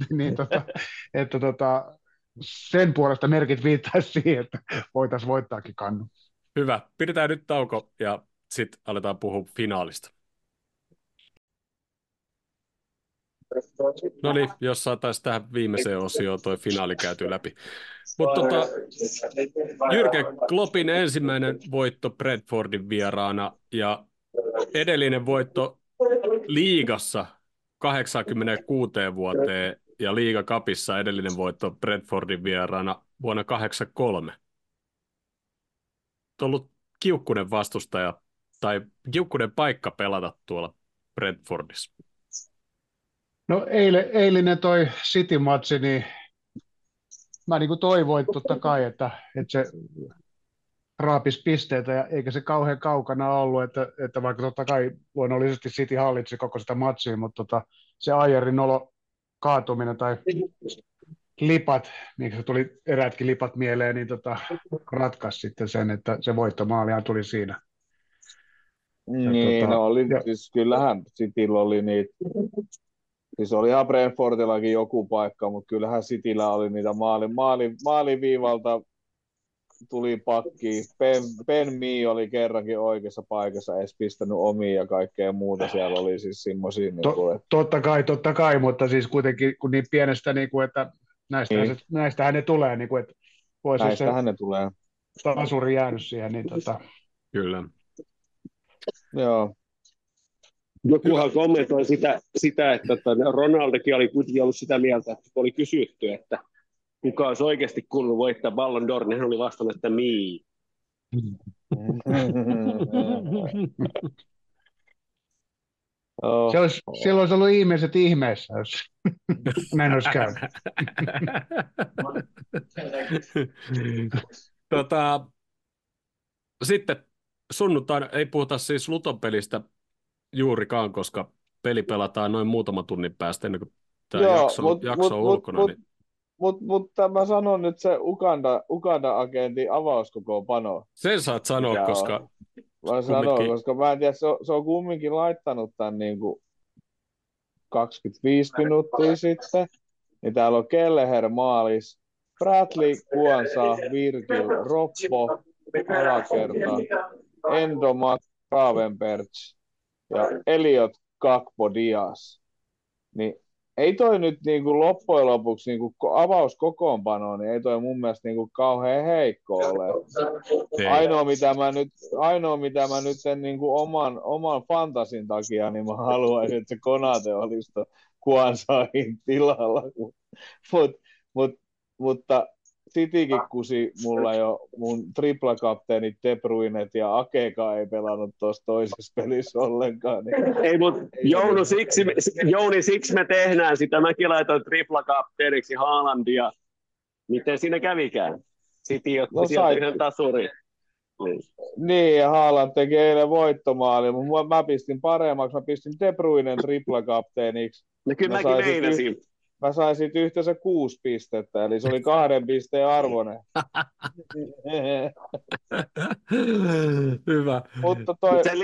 Sen puolesta merkit viittaisi siihen, että voitaisiin voittaakin kannu. Hyvä. Pidetään nyt tauko ja sitten aletaan puhua finaalista. No niin, jos saataisiin tähän viimeiseen osioon toi finaali käyty läpi. Mutta Jürgen Kloppin ensimmäinen voitto Brentfordin vieraana ja edellinen voitto liigassa 86 vuoteen ja liigacupissa edellinen voitto Brentfordin vieraana vuonna 83. On ollut kiukkunen vastustaja tai kiukkunen paikka pelata tuolla Brentfordissa. No eilinen toi City-matsi, niin mä niin kuin toivoin totta kai, että se raapisi pisteitä, ja eikä se kauhean kaukana ollut, että vaikka totta kai luonnollisesti City hallitsi koko sitä matsia, mutta se Ajerin kaatuminen tai lipat, niin se tuli eräätkin lipat mieleen, niin ratkaisi sitten sen, että se voittomaalihan tuli siinä. Niin, siis kyllähän Cityllä oli niitä, siis oli ihan Brentfordillakin joku paikka, mutta kyllähän Cityllä oli niitä maaliviivalta tuli pakki. Ben Mee oli kerrankin oikeassa paikassa, edes pistänyt omia ja kaikkea muuta. Siellä oli siis semmoisia... Totta kai, mutta siis kuitenkin kun niin pienestä, niin kuin, että näistähän ne tulee. Niin kuin, että näistähän ne tulee. Tasuri jäänyt siihen. Niin Kyllä. Joo. Jokuhan kommentoi sitä että Ronaldokin oli kuitenkin ollut sitä mieltä, että oli kysytty, että kuka olisi oikeasti kuullut voittaa Ballon d'Or, niin hän oli vastannut, että Mee. Siellä olisi ollut ihmiset ihmeessä, jos näin olisi käynyt. Sitten sunnuntaina ei puhuta siis Luton pelistä juurikaan, koska peli pelataan noin muutaman tunnin päästä ennen kuin tämä jakso on ulkona. Mutta mä sanon nyt se Uganda-agentin avauskokoonpano. Sen saat sanoa, koska... Mä sanon, koska mä en tiedä, se on kumminkin laittanut tämän niin kuin 25 minuuttia sitten. Niin täällä on Kelleher maalis, Bradley, Kuansa, Virgil, Roppo, alakerta, Endomak, Gravenberch ja Elliot Gakpo Diaz. Niin ei toi nyt niinku loppujen lopuksi niinku avauskokoonpano, niin ei toi mun mielestä niinku kauhean heikko ole. Ainoa mitä mä nyt sen niinku oman fantasin takia, niin mä haluaisin, että se Konate olisi Kuansain tilalla. Mutta Citykin kusi mulla jo mun triplakapteenit De Bruynet ja Akeka ei pelannut tuossa toisessa pelissä ollenkaan. Niin ei, mutta Jouni, siksi me tehdään sitä. Mäkin laitoin triplakapteeniksi Haalandia. Miten siinä kävikään? City otti sieltä yhden tasurin. Niin, ja Haaland teki eilen voittomaali. Mä pistin paremmaksi. Mä pistin De Bruynen triplakapteeniksi. No kyllä mäkin meinasin. Mä sain siitä yhteensä 6 pistettä, eli se oli 2 pisteen arvoinen. Hyvä. Mutta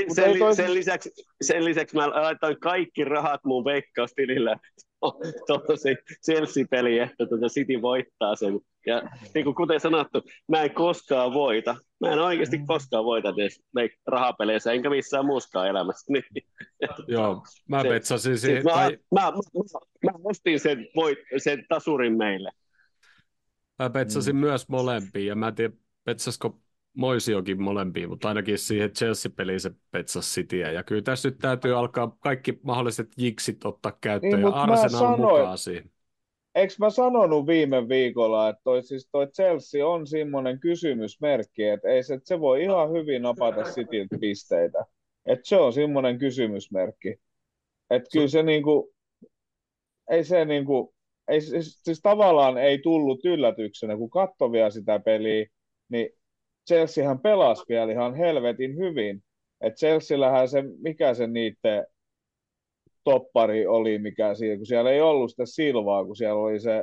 sen lisäksi mä laitoin kaikki rahat mun veikkaustilillä tuollaisen Chelsea-peliin, että City voittaa sen. Ja niin kuin kuten sanottu, mä en koskaan voita. Mä en oikeasti koskaan voita edes rahapeleissä, enkä missään muuskaan elämässä. Joo, mä petsasin siihen. Mä ostin sen tasurin meille. Mä petsasin myös molempiin, ja mä en tiedä, petsasko Moisiokin molempiin, mutta ainakin siihen Chelsea-peliin se petsasi Cityä. Ja kyllä tässä nyt täytyy alkaa kaikki mahdolliset jiksit ottaa käyttöön, ja Arsenal mukaan siihen. eikö mä sanonut viime viikolla, että toi Chelsea on semmoinen kysymysmerkki, että ei se, että se voi ihan hyvin napata Cityltä pisteitä. Että se on semmoinen kysymysmerkki. Että kyllä se niinku, ei se niinku, ei, siis tavallaan ei tullut yllätyksenä, kun katsoi vielä sitä peliä, niin Chelseahän pelasi vielä ihan helvetin hyvin. Että Chelseallähän se, mikä se niiden toppari oli, mikä siinä, kun siellä ei ollut sitä Silvaa, kun siellä oli se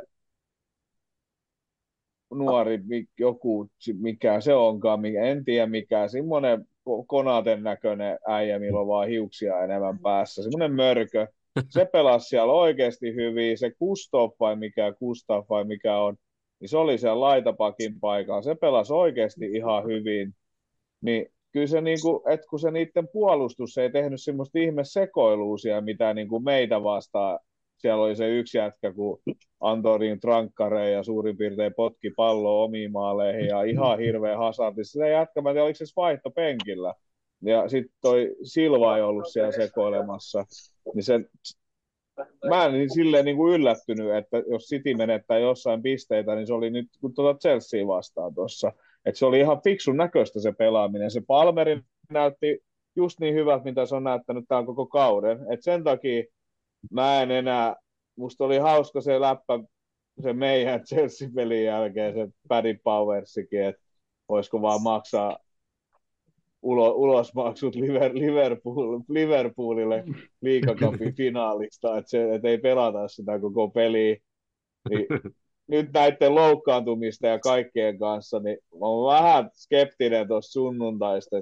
nuori joku, mikä se onkaan, en tiedä mikä, semmoinen Konaten näköinen äijä, millä on vaan hiuksia enemmän päässä, semmoinen mörkö. Se pelasi siellä oikeasti hyvin, se Gustav vai mikä on, niin se oli siellä laitapakin paikalla, se pelasi oikeasti ihan hyvin, niin kyllä se, niinku, että kun se niiden puolustus ei tehnyt semmoista ihme sekoiluusia, mitä niinku meitä vastaan, siellä oli se yksi jätkä, kun Antonin trankkareen ja suurin piirtein potki palloa omiin maaleihin ja ihan hirveä hasardi. Se jätkä, mä en tiedä, oliko se vaihto penkillä. Ja sitten toi Silva ei ollut siellä sekoilemassa. Niin se, mä en niin silleen niin kuin yllättynyt, että jos City menettää jossain pisteitä, niin se oli nyt kun Chelsea vastaan tuossa. Että se oli ihan fiksun näköistä se pelaaminen. Se Palmeri näytti just niin hyvältä, mitä se on näyttänyt tämän koko kauden. Et sen takia mä en enää, musta oli hauska se läppä, se meidän Chelsea-pelin jälkeen, se Paddy Powersikin, että voisiko vaan maksaa ulosmaksut Liverpoolille liigacupin finaalista, että et ei pelata sitä koko peliä. Niin nyt näiden loukkaantumista ja kaikkien kanssa, niin mä oon vähän skeptinen tuossa sunnuntaista,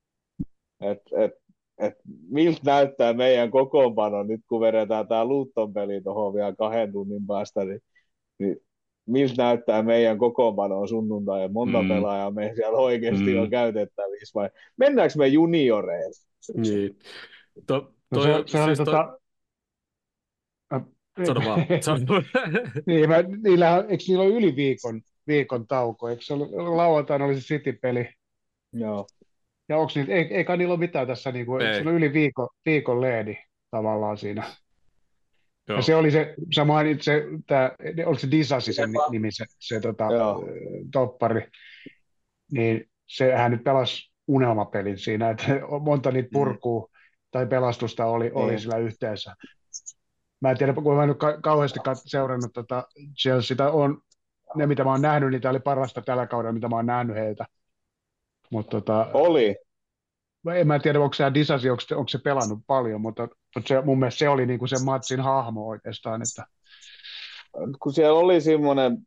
että miltä näyttää meidän kokoonpano nyt, kun vedetään tämä Luton-peli tuohon vielä 2 tunnin päästä, niin miltä näyttää meidän kokoonpano sunnuntai ja monta pelaajaa me siellä oikeasti on käytettävissä vai mennäänkö me junioreille? Niin. Se oli Sano vaan. Niin, eikö niillä ole yli viikon tauko? Eikö se ole, lauantaina oli se City-peli? Joo. Ja onko niillä, eikä niillä ole mitään tässä, niin kuin, se on yli viikon leedi tavallaan siinä. Joo. Ja se oli se, sä mainit se, oliko se Disasi sen nimi, se toppari, niin sehän nyt pelasi unelmapelin siinä, että monta niitä purkua tai pelastusta oli sillä yhteensä. Mä en tiedä, kun mä en nyt kauheasti seurannut Chelseatä, ne mitä mä oon nähnyt, niin tämä oli parasta tällä kaudella, mitä mä oon nähnyt heiltä. Oli. En tiedä, onko se Disasi, onko se pelannut paljon, mutta se, mun mielestä se oli niinku se matsin hahmo oikeastaan. Että... Kun siellä oli semmoinen,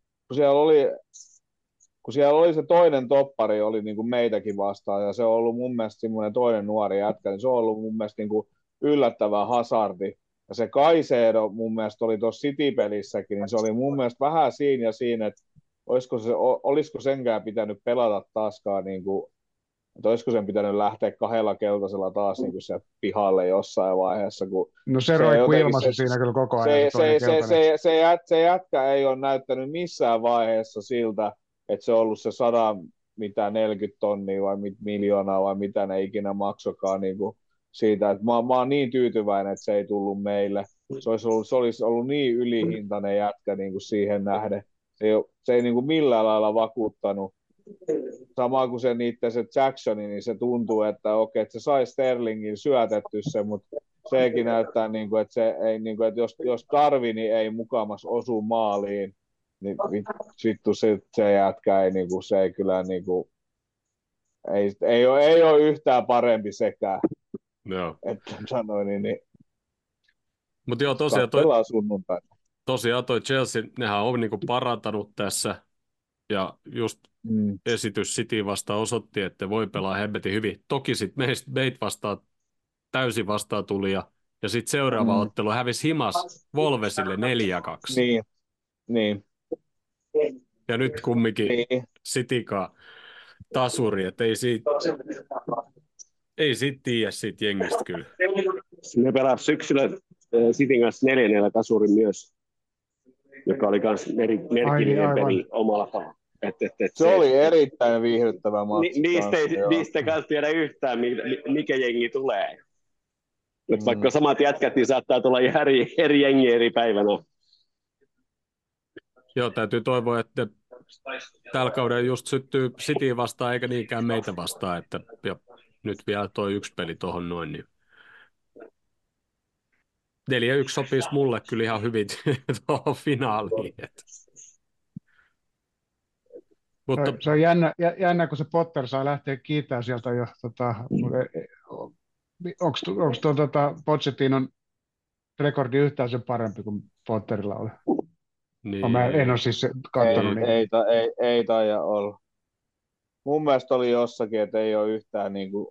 kun siellä oli se toinen toppari, oli niin kuin meitäkin vastaan, ja se on ollut mun mielestä semmoinen toinen nuori jätkä, niin se on ollut mun mielestä niin kuin yllättävä hasardi. Ja se Caicedo mun mielestä oli tuossa City-pelissäkin, niin se oli mun mielestä vähän siinä, että olisiko senkään pitänyt pelata taaskaan, niin kuin, että olisiko sen pitänyt lähteä 2 keltaisella taas niin kuin se pihalle jossain vaiheessa. Kun no se roikkui ilmassa siinä kyllä koko ajan. Se jätkä ei ole näyttänyt missään vaiheessa siltä, että se on ollut se 40 tonnia vai miljoonaa vai mitä ne ikinä maksokaan niin kuin siitä, että mä oon niin tyytyväinen, että se ei tullut meille. Se olisi ollut niin ylihintainen jätkä niin kuin siihen nähden. Se ei niin kuin millään lailla vakuuttanut. Sama kuin se Jacksoni, niin se tuntuu, että okei, että se sai Sterlingin syötetty se, mutta sekin näyttää, niin kuin, että, se ei, niin kuin, että jos Darwini ei mukamas osu maaliin, niin vittu se jätkä ei, niin kuin, se ei kyllä niin kuin, ei ole yhtään parempi sekään. Joo. Että sanoin, niin mutta joo, tosiaan toi Chelsea, nehän on niinku parantanut tässä, ja just esitys City vastaan osoitti, että voi pelaa hemmetin hyvin. Toki sitten meitä vastaan täysin vastaan tuli, ja sitten seuraava ottelu hävisi himas Wolvesille 4-2. Niin. Ja nyt kumminkin Citykaan tasuri, että ei siitä tiedä siitä jengistä kyllä. Ne pelasivat syksyllä Cityn kanssa 4-4 tasurin myös, joka oli myös merkillinen peli omalla tavalla. Se oli erittäin viihdyttävä matsi. Niistä ei kanssa tiedä yhtään, mikä jengi tulee. Vaikka samat jätkät, niin saattaa tulla eri jengi eri päivänä. Joo, täytyy toivoa, että tällä kaudella just syttyy Cityin vastaan, eikä niinkään meitä vastaan, että ja nyt vielä toi yksi peli tuohon noin, niin 4-1 sopisi mulle kyllä ihan hyvin tuohon finaaliin. Mutta Se on jännä, kun se Potter saa lähteä kiittämään sieltä jo. Onko Pochettinon rekordi yhtään sen parempi kuin Potterilla oli? niin, Mä en ole siis katsonut niitä. Ei taida olla. Mun mielestä oli jossakin, että ei ole yhtään niin kuin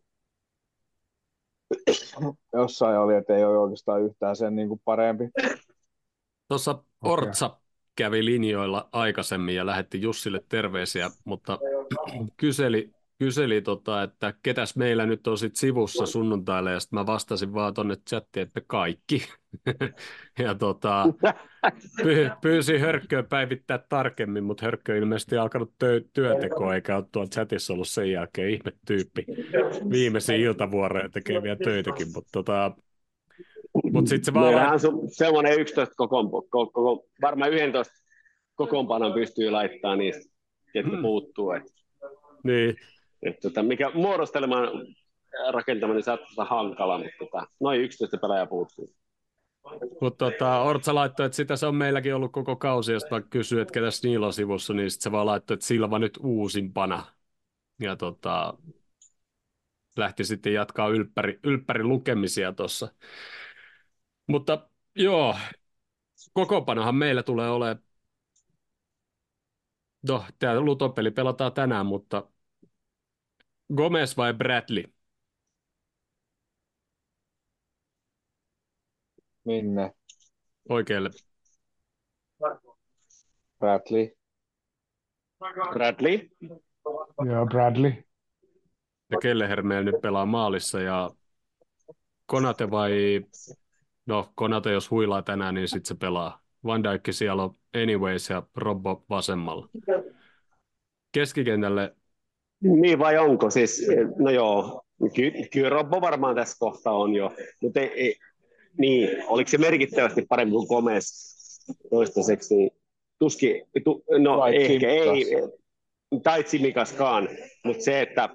jossain oli, että ei ole oikeastaan yhtään sen niin kuin parempi. tuossa Ortsa kävi linjoilla aikaisemmin ja lähetti Jussille terveisiä, mutta kyseli että ketäs meillä nyt on sit sivussa sunnuntaille, ja sitten mä vastasin vaan tonne chattiin, että kaikki. Ja pyysin Hörkköä päivittää tarkemmin, mutta Hörkkö ilmeisesti alkanut työntekoa, eikä ole tuolla chatissa ollut sen jälkeen ihme tyyppi. Viimeisiä iltavuoroja tekee vielä töitäkin, mutta sitten se vaan... Meillähän on semmoinen 11 varmaan 11 kokoonpanon pystyy laittamaan niistä, ketkä puuttuu. Niin. Mikä muodostelemaan rakentaminen saattaa hankala, mutta noin 11 pelaajaa puuttuu. Mutta Ortsa laittoi, että sitä se on meilläkin ollut koko kausi, ja sitten mä kysyin, että ketäs niillä on sivussa, niin sitten se vaan laittoi, että Silva nyt uusimpana. Ja lähti sitten jatkaa ylppäri lukemisia tuossa. Mutta joo, kokoonpanohan meillä tulee olemaan, no tämä Luton-peli pelataan tänään, mutta Gomez vai Bradley? Minne? Oikealle. Bradley. Bradley? Joo, Bradley. Ja Kelleher meillä nyt pelaa maalissa, ja Konate vai... No, Konate jos huilaa tänään, niin sitten se pelaa. Van Dijk siellä on anyways ja Robbo vasemmalla. Keskikentälle... Niin vai onko? Siis, no joo, kyllä Robbo varmaan tässä kohtaa on jo. Mutta niin, oliko se merkittävästi parempi kuin Gomez toistaiseksi? Niin tuskin, no vai ehkä ei, Tsimikas. tai Tsimikaskaan, mutta se, että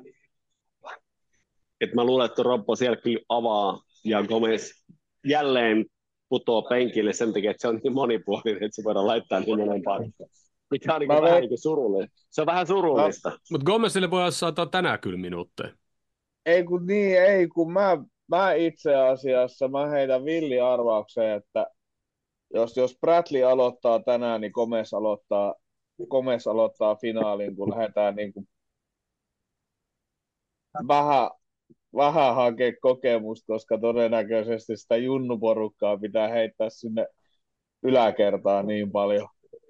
mä luulen, että Robbo siellä kyllä avaa ja Gomez jälleen putoo penkille sen takia, että se on niin monipuolinen, että se voidaan laittaa niin monen paikkaan. Mikä on niin vähän niin surullista. Se on vähän surullista. Mutta Gomezille voi saada tänään kyllä minuutteja. Ei kun mä itse asiassa mä heitän villiarvaukseen, että jos Bradley aloittaa tänään, niin Gomez aloittaa finaalin, kun lähdetään niin kuin vähän hakea kokemusta, koska todennäköisesti sitä junnuporukkaa pitää heittää sinne yläkertaan niin paljon.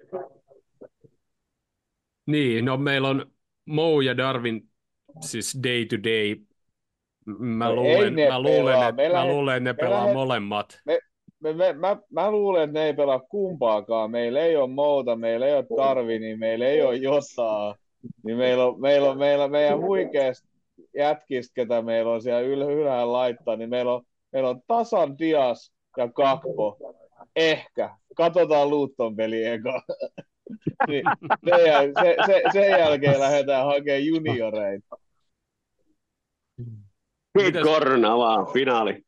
Niin, no meillä on Mo ja Darwin siis day to day. Mä luulen, että ne pelaa molemmat. Mä luulen, että ne ei pelaa kumpaakaan. Meillä ei ole Mouta, meillä ei ole Darwinia, meillä ei ole Jotaa. Niin meidän huikeasta jätkistä, ketä meillä on siellä ylhäällä laittaa, niin meillä on tasan Dias ja Gakpo. Ehkä. Katsotaan Luton peli eka. Niin, sen jälkeen lähdetään hakemaan junioreita. Korna vaan, finaali.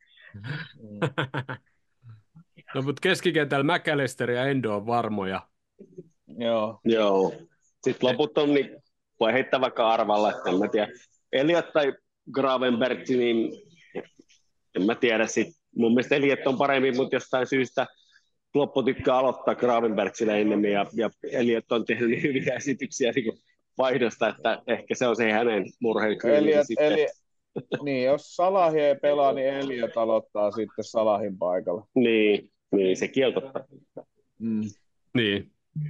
No, mutta keskikentällä McAllister ja Endo on varmoja. Joo. Sitten loput on, niin voi heittää vaikka arvalla, että en mä tiedä. Elliot tai Gravenberg, niin en mä tiedä. Mun mielestä Elliot on parempi, mutta jostain syystä Kloppo tykkää aloittaa Gravenbergsille ennemmin, ja Elliot on tehnyt niin hyviä esityksiä niin vaihdosta, että ehkä se on se hänen murheen niin, jos Salahi ei pelaa, niin Elliot aloittaa sitten Salahin paikalla. Niin se kieltottaa. Niin.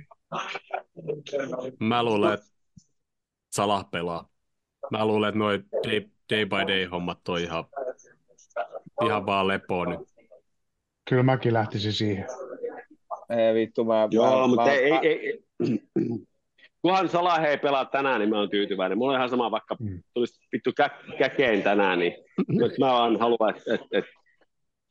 Mä luulen, että Salah pelaa. Mä luulen, että noi day by day hommat on ihan vaan lepoa nyt. Kyllä mäkin lähtisin siihen. Ei vittu, mutta ei. Kunhan Salah ei pelaa tänään, niin mä oon tyytyväinen. Mulla on ihan sama, vaikka tulisi vittu käkeen tänään, niin mä vaan haluan, että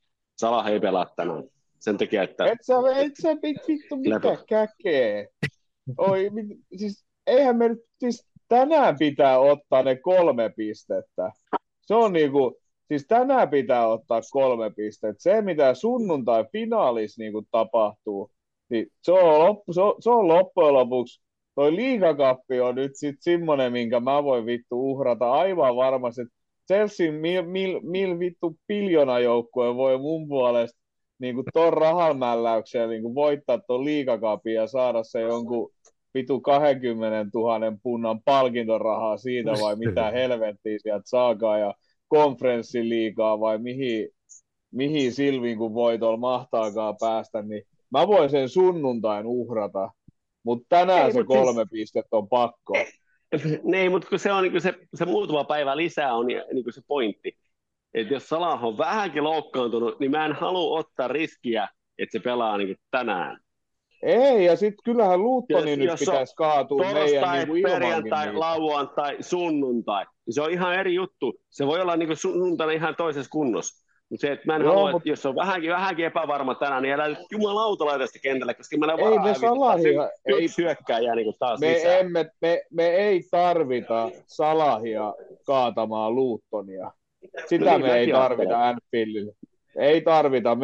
Salah ei pelaa tänään. Sen takia, että... Et sä vittu mitä käkee. Siis eihän me nyt, siis tänään pitää ottaa ne 3 pistettä. Se on niinku, siis tänään pitää ottaa 3 pistettä. Se, mitä sunnuntai-finaalissa niinku tapahtuu, niin se on loppujen lopuksi, toi liigakappi on nyt sit semmonen, minkä mä voin vittu uhrata aivan varmasti. Chelsea vittu biljoonajoukkue voi mun puolesta niinku ton rahanmälläykseen niinku voittaa ton liigakapin ja saada se jonkun vitu 20 000 punnan palkintorahaa siitä vai mitä helvettiä sieltä saakaan ja konferenssiliigaa vai mihin silmiin kun voitolla mahtaakaan päästä, niin mä voin sen sunnuntain uhrata, mutta tänään se 3 pistettä on pakko. Niin, mutta kun se on niin se muutama päivä lisää on niin se pointti. Että jos Salah on vähänkin loukkaantunut, niin mä en halua ottaa riskiä, että se pelaa niin tänään. Ei, ja sitten kyllähän Lutonin nyt pitäisi kaatua meidän niin perjantai, lauantai, sunnuntai, niin se on ihan eri juttu. Se voi olla niin sunnuntaina ihan toisessa kunnossa. Mutta se, että mä en halua, että jos on vähänkin epävarma tänään, niin älä jumalauta laita sitä kentälle, koska mä en yksi hyökkääjää niin taas lisää. Me ei tarvita Salahia kaatamaan Lutonia. Sitä me ei tarvita Anfieldille. Ei tarvita.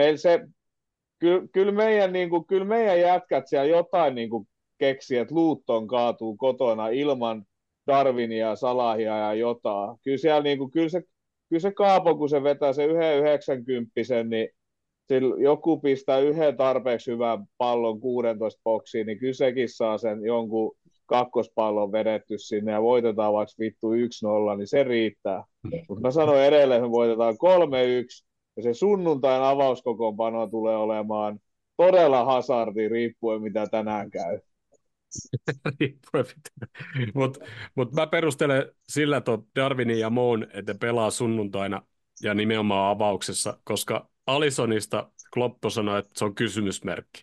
Kyllä meidän jätkät siellä jotain niinku keksii, että Luton kaatuu kotona ilman Darwinia, Salahia ja jotain. Kyllä se Kaapo, kun se vetää se 1,90, niin joku pistää yhden tarpeeksi hyvän pallon 16 boksiin, niin kyllä sekin saa sen jonkun kakkospallon vedetty sinne ja voitetaan vaikka vittu 1-0, niin se riittää. Mutta mä sanoin edelleen, että me voitetaan 3-1, ja se sunnuntain avauskokoonpano tulee olemaan todella hazardi, riippuen mitä tänään käy. Mutta mä perustelen sillä Darwinin ja Moon, että pelaa sunnuntaina ja nimenomaan avauksessa, koska Alissonista Klopp sanoi, että se on kysymysmerkki.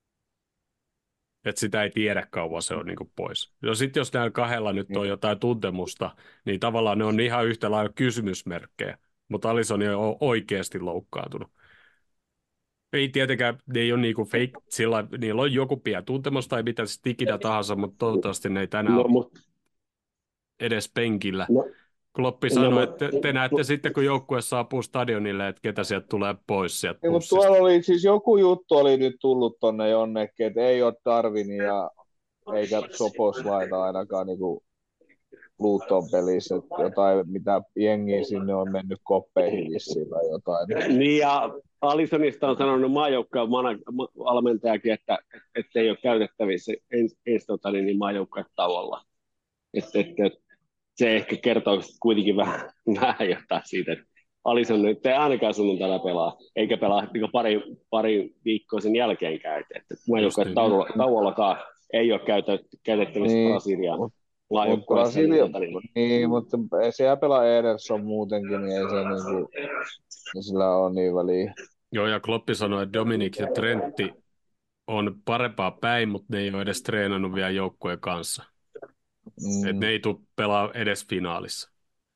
Että sitä ei tiedä kauan se on niinku pois. Ja sitten jos näillä kahdella nyt on jotain tuntemusta, niin tavallaan ne on ihan yhtä lailla kysymysmerkkejä. Mutta Alisson on oikeasti loukkaantunut. Ei tietenkään, ne ei ole niinku fake, sillä niillä on joku pieni tuntemus tai mitä sitten ikinä tahansa, mutta toivottavasti ne ei tänään edes penkillä. Kloppi sanoi, että te näette sitten, kun joukkue saapuu stadionille, että ketä sieltä tulee pois sieltä bussista. Tuolla oli siis joku juttu oli nyt tullut tonne jonnekin, että ei ole Darwinia eikä Soboslaita ainakaan niinku Luton pelissä, että jotain, mitä jengiä sinne on mennyt koppeihin vissiin tai jotain. Niin ja Alissonista on sanonut maajoukkueen valmentajakin, että ei ole käytettävissä ensi maajoukkueen tauolla. Että se ehkä kertoo kuitenkin vähän jotain siitä, että Alisson nyt ei ainakaan sunnuntaina pelaa, eikä pelaa niin pari viikkoa sen jälkeenkään. Että maajoukkueen tauollakaan ei ole käytettävissä niin. Brasiliaan. Niin, mutta siellä pelaa Ederson muutenkin, niin ei se niin sillä ole niin väliä. Joo, ja Kloppi sanoi, että Dominik ja Trentti on parempaa päin, mutta ne ei ole edes treenannut vielä joukkueen kanssa. Että ne ei tule pelaa edes finaalissa.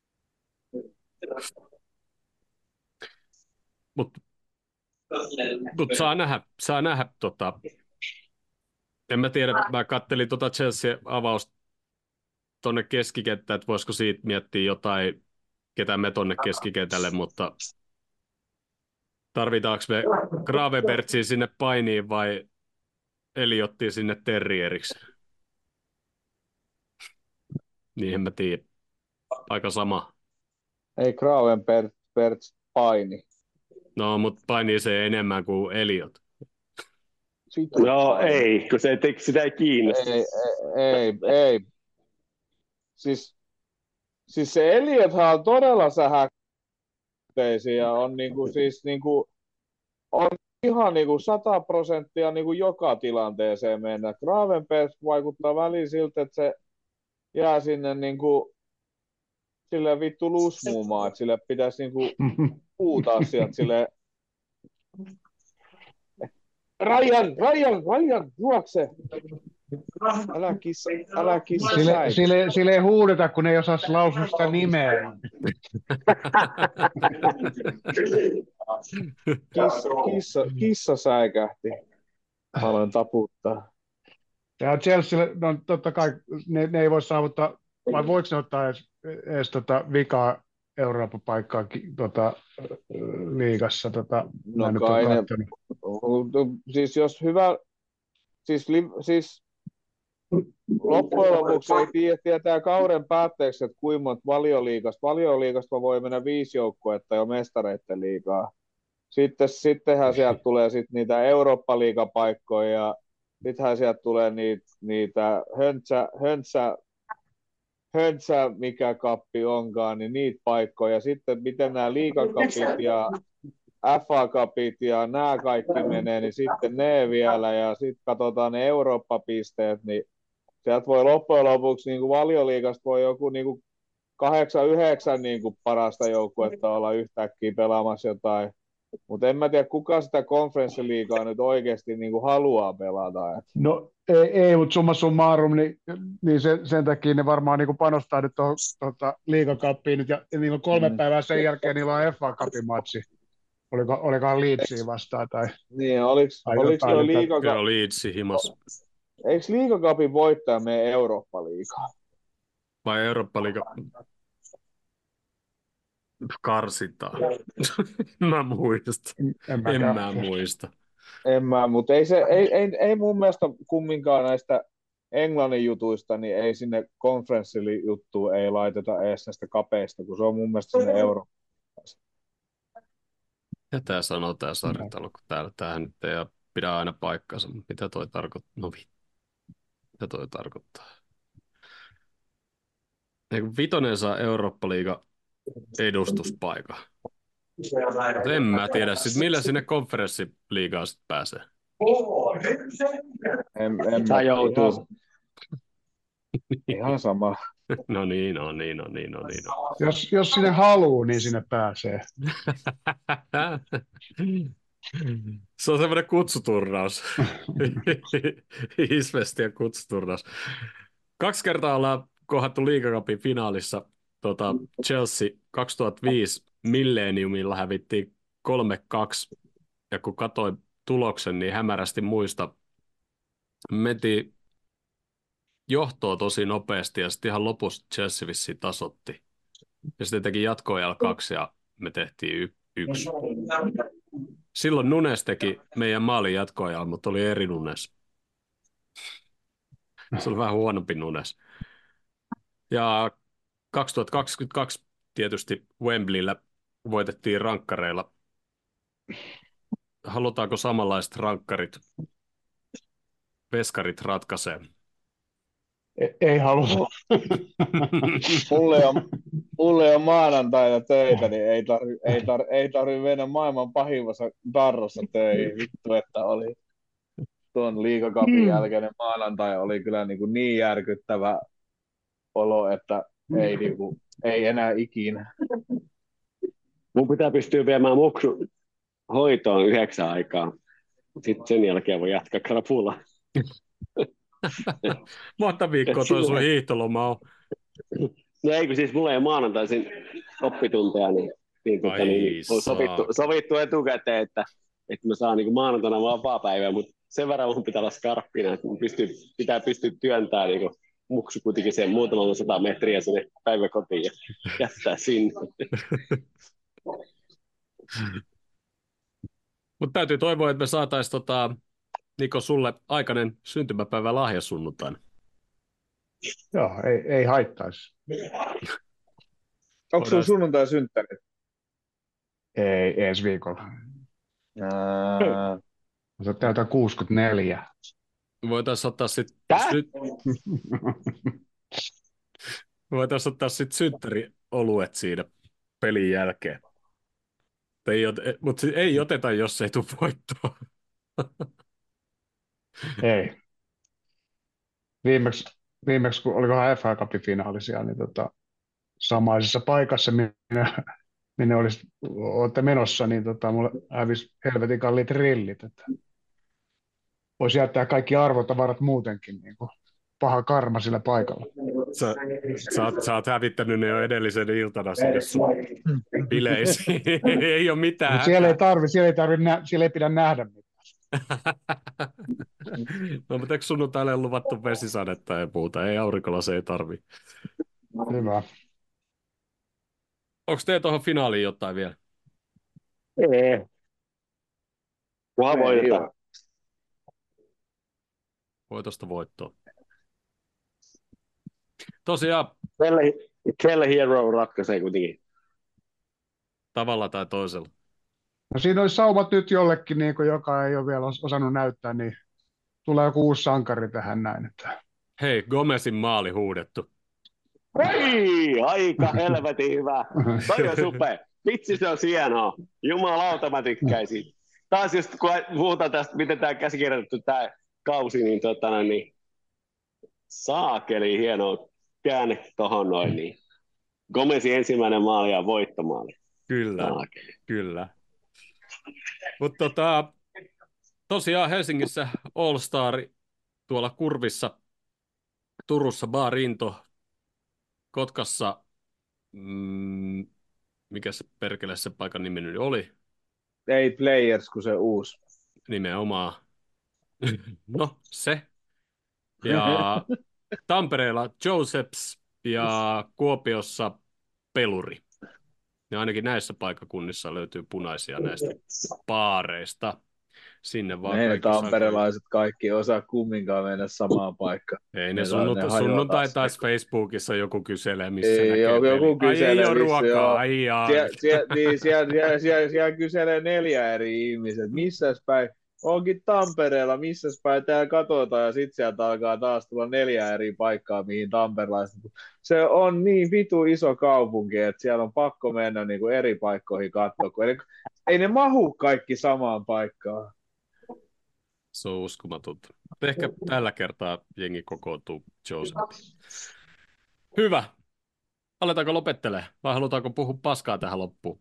Mutta saa nähdä. En mä tiedä, mä kattelin Chelsea-avausta tuonne keskikenttään, että voisiko siitä miettiä jotain, ketä me tuonne keskikentälle, mutta tarvitaanko me Gravenberchia sinne painiin vai Eliottia sinne terrieriksi? Niin en mä tiedä. Aika sama. Ei Gravenberch paini. No, mutta painii se enemmän kuin Eliot. No ei, kun sitä ei kiinnosta. Ei. Siis se Eliothan on todella sähäkteisiä ja on on ihan 100% joka tilanteeseen mennä. Gravenberch vaikuttaa väliin siltä, että se jää sinne sille vittu lusmuumaan, että sille pitäisi puutaa sieltä sille. Rajan, juokse! Älä kissa Sille ei huudeta, kun ei osaisi lausua sitä nimeä. Kissa säikähti. Aloin taputtaa. Ja Chelsea, no totta kai ne ei voi saavuttaa, vai voiko ne ottaa edes vikaa Euroopan paikkaa liigassa, mä No nyt on kai ne, katsonut. siis jos hyvä, siis loppujen lopuksi ei tietää kauden päätteeksi, että kuinka monta valioliigasta voi mennä 5 joukkuetta jo mestareiden liigaa. Sittenhän sieltä tulee niitä Eurooppa-liigapaikkoja ja sittenhän sieltä tulee niitä höntsä, mikä kappi onkaan, niin niitä paikkoja. Sitten miten nämä liigakapit ja FA-kapit ja nämä kaikki menee, niin sitten ne vielä ja sitten katsotaan ne Eurooppa-pisteet, niin sieltä voi loppujen lopuksi niin kuin Valioliigasta voi joku niin kuin 8-9 niin kuin parasta joukkuetta olla yhtäkkiä pelaamassa jotain. Mutta en mä tiedä, kuka sitä konferenssiliigaa nyt oikeasti niin kuin haluaa pelata. No ei mutta summa summarum, niin sen takia ne varmaan niin kuin panostaa nyt tuohon liigakappiin nyt, ja niillä on 3 päivää sen jälkeen, niillä on FA Cupin matsi. Olikohan Leedsiä vastaan tai... Niin, oliko Kyllä Leedsi himas. Eikö liigakapin voittaja mene Eurooppa-liigaan? Vai Eurooppa-liiga karsitaan? Mä muistan. En mä muista. Mutta ei mun mielestä kumminkaan näistä Englannin jutuista, niin ei sinne konferenssijuttuun ei laiteta edes näistä kapeista, kun se on mun mielestä sinne Eurooppaan. Ja tää sanoo tää Saritalo, kun tämähän nyt ei pidä aina paikkansa. Mitä toi tarkoittaa? No mitä toi tarkoittaa? Eikö Vitonen saa Eurooppa-liiga edustuspaikan? En mä tiedä, sit millä sinne konferenssiliigaan sit pääsee. En joutuu. Ihan sama. No niin. Jos sinne haluaa, niin sinne pääsee. Se on semmoinen kutsuturnaus. Isvestien kutsuturnaus. 2 kertaa ollaan kohdattu liigacupin finaalissa. Chelsea 2005 Millenniumilla hävittiin 3-2. Ja kun katsoin tuloksen, niin hämärästi muista. Mentiin johtoa tosi nopeasti ja sitten ihan lopussa Chelsea vissiin tasotti. Ja sitten teki jatkoajalla 2 ja me tehtiin 1. Silloin Nunes teki meidän maalin jatkoajalla, mutta oli eri Nunes. Se oli vähän huonompi Nunes. Ja 2022 tietysti Wembleyllä voitettiin rankkareilla. Halutaanko samanlaiset rankkarit, veskarit ratkaisee? Ei halua. Mulle on maanantaina töitä, niin ei tarvi mennä maailman pahimmassa darrossa töihin. Vittu, että oli tuon liigacupin jälkeinen maanantai oli kyllä niin järkyttävä olo, että ei enää ikinä. Mun pitää pystyä viemään muksu hoitoon 9 aikaa. Sitten sen jälkeen voi jatkaa krapulla. Monta viikkoa toi sun hiihtoloma on. No ei, kun siis mulla ei ole maanantaisin oppitunteja, niin sovittu etukäteen, että mä saan niin maanantaina vapaa-päivää, mutta sen verran mun pitää olla skarppina, että pitää pystyä työntämään niin muksu kuitenkin sen muutaman 100 metriä sinne päiväkotiin ja jättää sinne. Mutta täytyy toivoa, että me saataisiin Niko sulle aikainen syntymäpäivä lahja sunnuntaina. Joo, ei haittaisi. Onko sun sunnuntai synttärit? Ei, ensi viikolla. Se täytää 64. Voitaisiin ottaa sitten synttärioluet siinä pelin jälkeen. Mutta ei oteta, jos ei tule voittoa. Ei. Viimeksi kun olikohan FA Cupin finaalisia, niin samaisessa paikassa, minne olette menossa, niin mulle hävisi helvetin kalliit rillit. Että voisi jättää kaikki arvotavarat muutenkin, niin kuin paha karma sillä paikalla. Sä oot hävittänyt ne jo edellisen iltana sinne sun bileisiin. Ei ole mitään. Siellä ei pidä nähdä mitään. No, mutta eikö sunnuntaille luvattu vesisadetta ja muuta? Ei aurinkolase ei tarvi. Hyvä. Onko teillä tuohon finaaliin jotain vielä? Ei. Kunhan Ei voitetaan. oo. Voitosta voittoon. Tosiaan Kelle Hero ratkaisee kuitenkin. tavalla tai toisella. No siinä olisi saumat nyt jollekin, niin kuin, joka ei ole vielä osannut näyttää, niin tulee joku uusi sankari tähän näin. Että. Hei, Gomezin maali huudettu. Hei, aika helvetin hyvä. Toi on super. Vitsi, se on hienoa. Jumalauta, mä tykkäisin. Taas just kun puhutaan tästä, miten tämä käsikirjoitettu tämä kausi, niin, niin saakeli hienoa käänne tohon noin. Niin. Gomezin ensimmäinen maali ja voittomaali. Kyllä, Saakeli. kyllä. Mutta tosiaan Helsingissä All Star tuolla Kurvissa, Turussa Bar Into, Kotkassa, mikä se perkele se paikan nimi nyt oli? Ei Players, kun se uusi. Nimenomaan. No, se. Ja Tampereella Josephs ja Kuopiossa Peluri. Ja ainakin näissä paikkakunnissa löytyy punaisia näistä baareista. Sinne vaan Ei ne kaikki tamperelaiset kaikki osaa kumminkaan mennä samaan paikkaan. Ei Ne ne hajoaa sunnuntai taas. taas Facebookissa joku kyselee, missä Ei, näkee joku peli. Ai kyselee, ei ole missä, ruokaa, joo. ai jaa. Siellä kyselee 4 eri ihmiset. Missäs päin? Onkin Tampereella, missäs päin täällä katsotaan, ja sitten sieltä alkaa taas tulla 4 eri paikkaa, mihin tamperelaiset. Se on niin vitu iso kaupunki, että siellä on pakko mennä niin kuin eri paikkoihin katsoa. Eli ei ne mahu kaikki samaan paikkaan. Se on uskomatonta. Ehkä tällä kertaa jengi kokoontuu Josephiin. Hyvä. Aletaanko lopettelemaan vai halutaanko puhua paskaa tähän loppuun?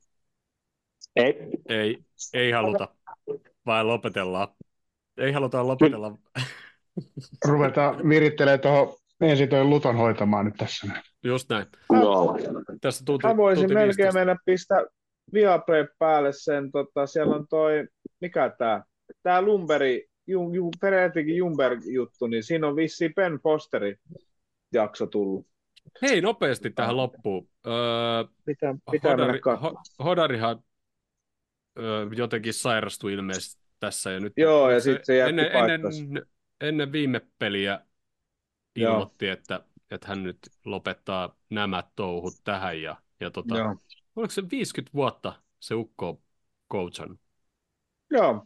Ei haluta. Vai lopetellaan? Ei haluta lopetella. Ruvetaan virittelemään tuohon ensin toi Luton hoitamaan nyt tässä. Just näin. Joo. Tässä tunti, Mä voisin tunti melkein 15. mennä pistää Viaplay päälle sen, siellä on toi, mikä tää Lumberi, Fredrik Ljungberg-juttu, niin siinä on vissiin Ben Fosterin jakso tullut. Hei, nopeasti tähän loppuun. Pitää mennä katsomaan. Hodarihan jotenkin sairastui ilmeisesti tässä. Ja nyt Joo, ja sitten se jätti paikkansa. ennen viime peliä ilmoitti, että hän nyt lopettaa nämä touhut tähän. Ja Joo. oliko se 50 vuotta se ukko on coachannut? Joo,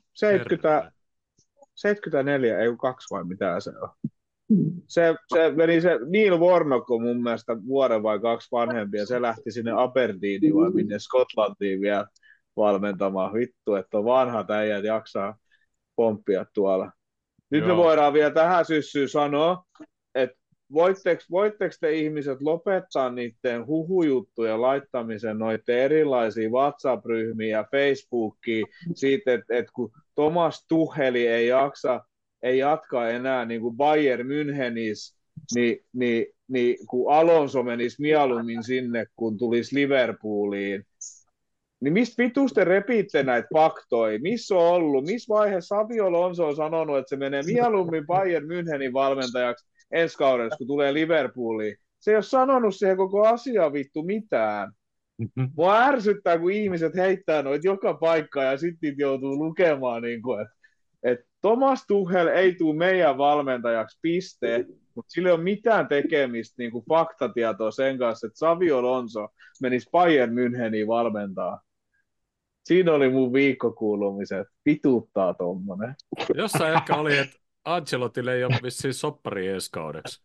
74, ei 2 vai mitä se on. Se Neil Warnock on mun mielestä vuoden vai 2 vanhempi, ja se lähti sinne Aberdeeniin vai minne Skotlantiin vielä valmentamaan. Vittu, että on vanhat äijät jaksaa pomppia tuolla. Nyt me voidaan vielä tähän syssyyn sanoa, että voitteko te ihmiset lopettaa niiden huhujuttujen laittamisen noiden erilaisiin WhatsApp-ryhmiin ja Facebookiin siitä, että kun Thomas Tucheli ei jatka enää niin kuin Bayern Münchenissä, niin kun Alonso menisi mieluummin sinne, kun tulisi Liverpooliin, niin mistä vitusta repitte näitä faktoja? Missä on ollut? Missä vaiheessa Xabi Alonso on sanonut, että se menee mieluummin Bayern Münchenin valmentajaksi ensi kaudessa, kun tulee Liverpooliin? Se ei ole sanonut siihen koko asiaa vittu mitään. Mua ärsyttää, kun ihmiset heittää noita joka paikkaan ja sitten joutuu lukemaan, niin että Thomas Tuchel ei tule meidän valmentajaksi, piste, mutta sillä ei ole mitään tekemistä niin kuin faktatietoa sen kanssa, että Xabi Alonso menisi Bayern Müncheniin valmentaa. Siinä oli mun viikkokuulumiset. Vituttaa tommonen. Jossain ehkä oli, että Ancelotille ei ole vissiin soppari ensi kaudeksi.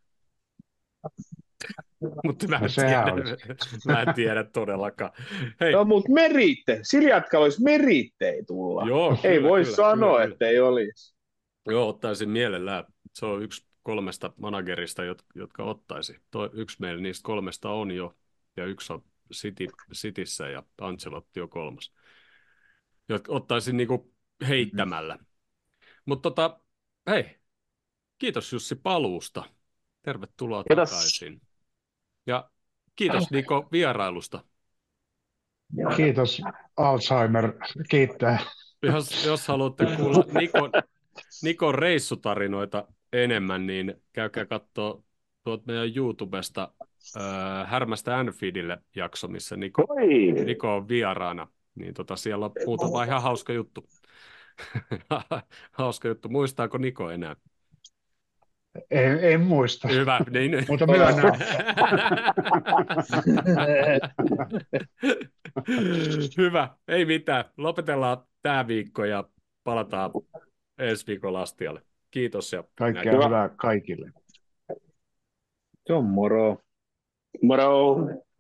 Mutta mä en tiedä todellakaan. Hei. No mutta meritte. Sillä jatkalla olisi merittejä tulla. Joo, ei kyllä, voi kyllä, sanoa, kyllä. että ei olisi. Joo, ottaisin mielellään. Se on 1 3 managerista, jotka ottaisi. Yksi meillä niistä 3 on jo, ja 1 on Cityssä, ja Ancelotti on 3. Ottaisin niinku heittämällä. Mutta hei, kiitos Jussi paluusta. Tervetuloa takaisin. Ja kiitos Niko vierailusta. Kiitos, Alzheimer kiittää. Jos haluatte kuulla Nikon reissutarinoita enemmän, niin käykää katsoa tuolta meidän YouTubesta Härmästä Anfieldille jakso, missä Niko on vieraana. Niin siellä on muutama ihan hauska juttu. Hauska juttu. Muistaako Niko enää? En muista, Hyvä. Niin. mutta myönnän. Hyvä. Ei mitään. Lopetellaan tämä viikko ja palataan ensi viikolla astialle. Kiitos ja Kaikkea hyvää kaikille. Se on moro. Moro!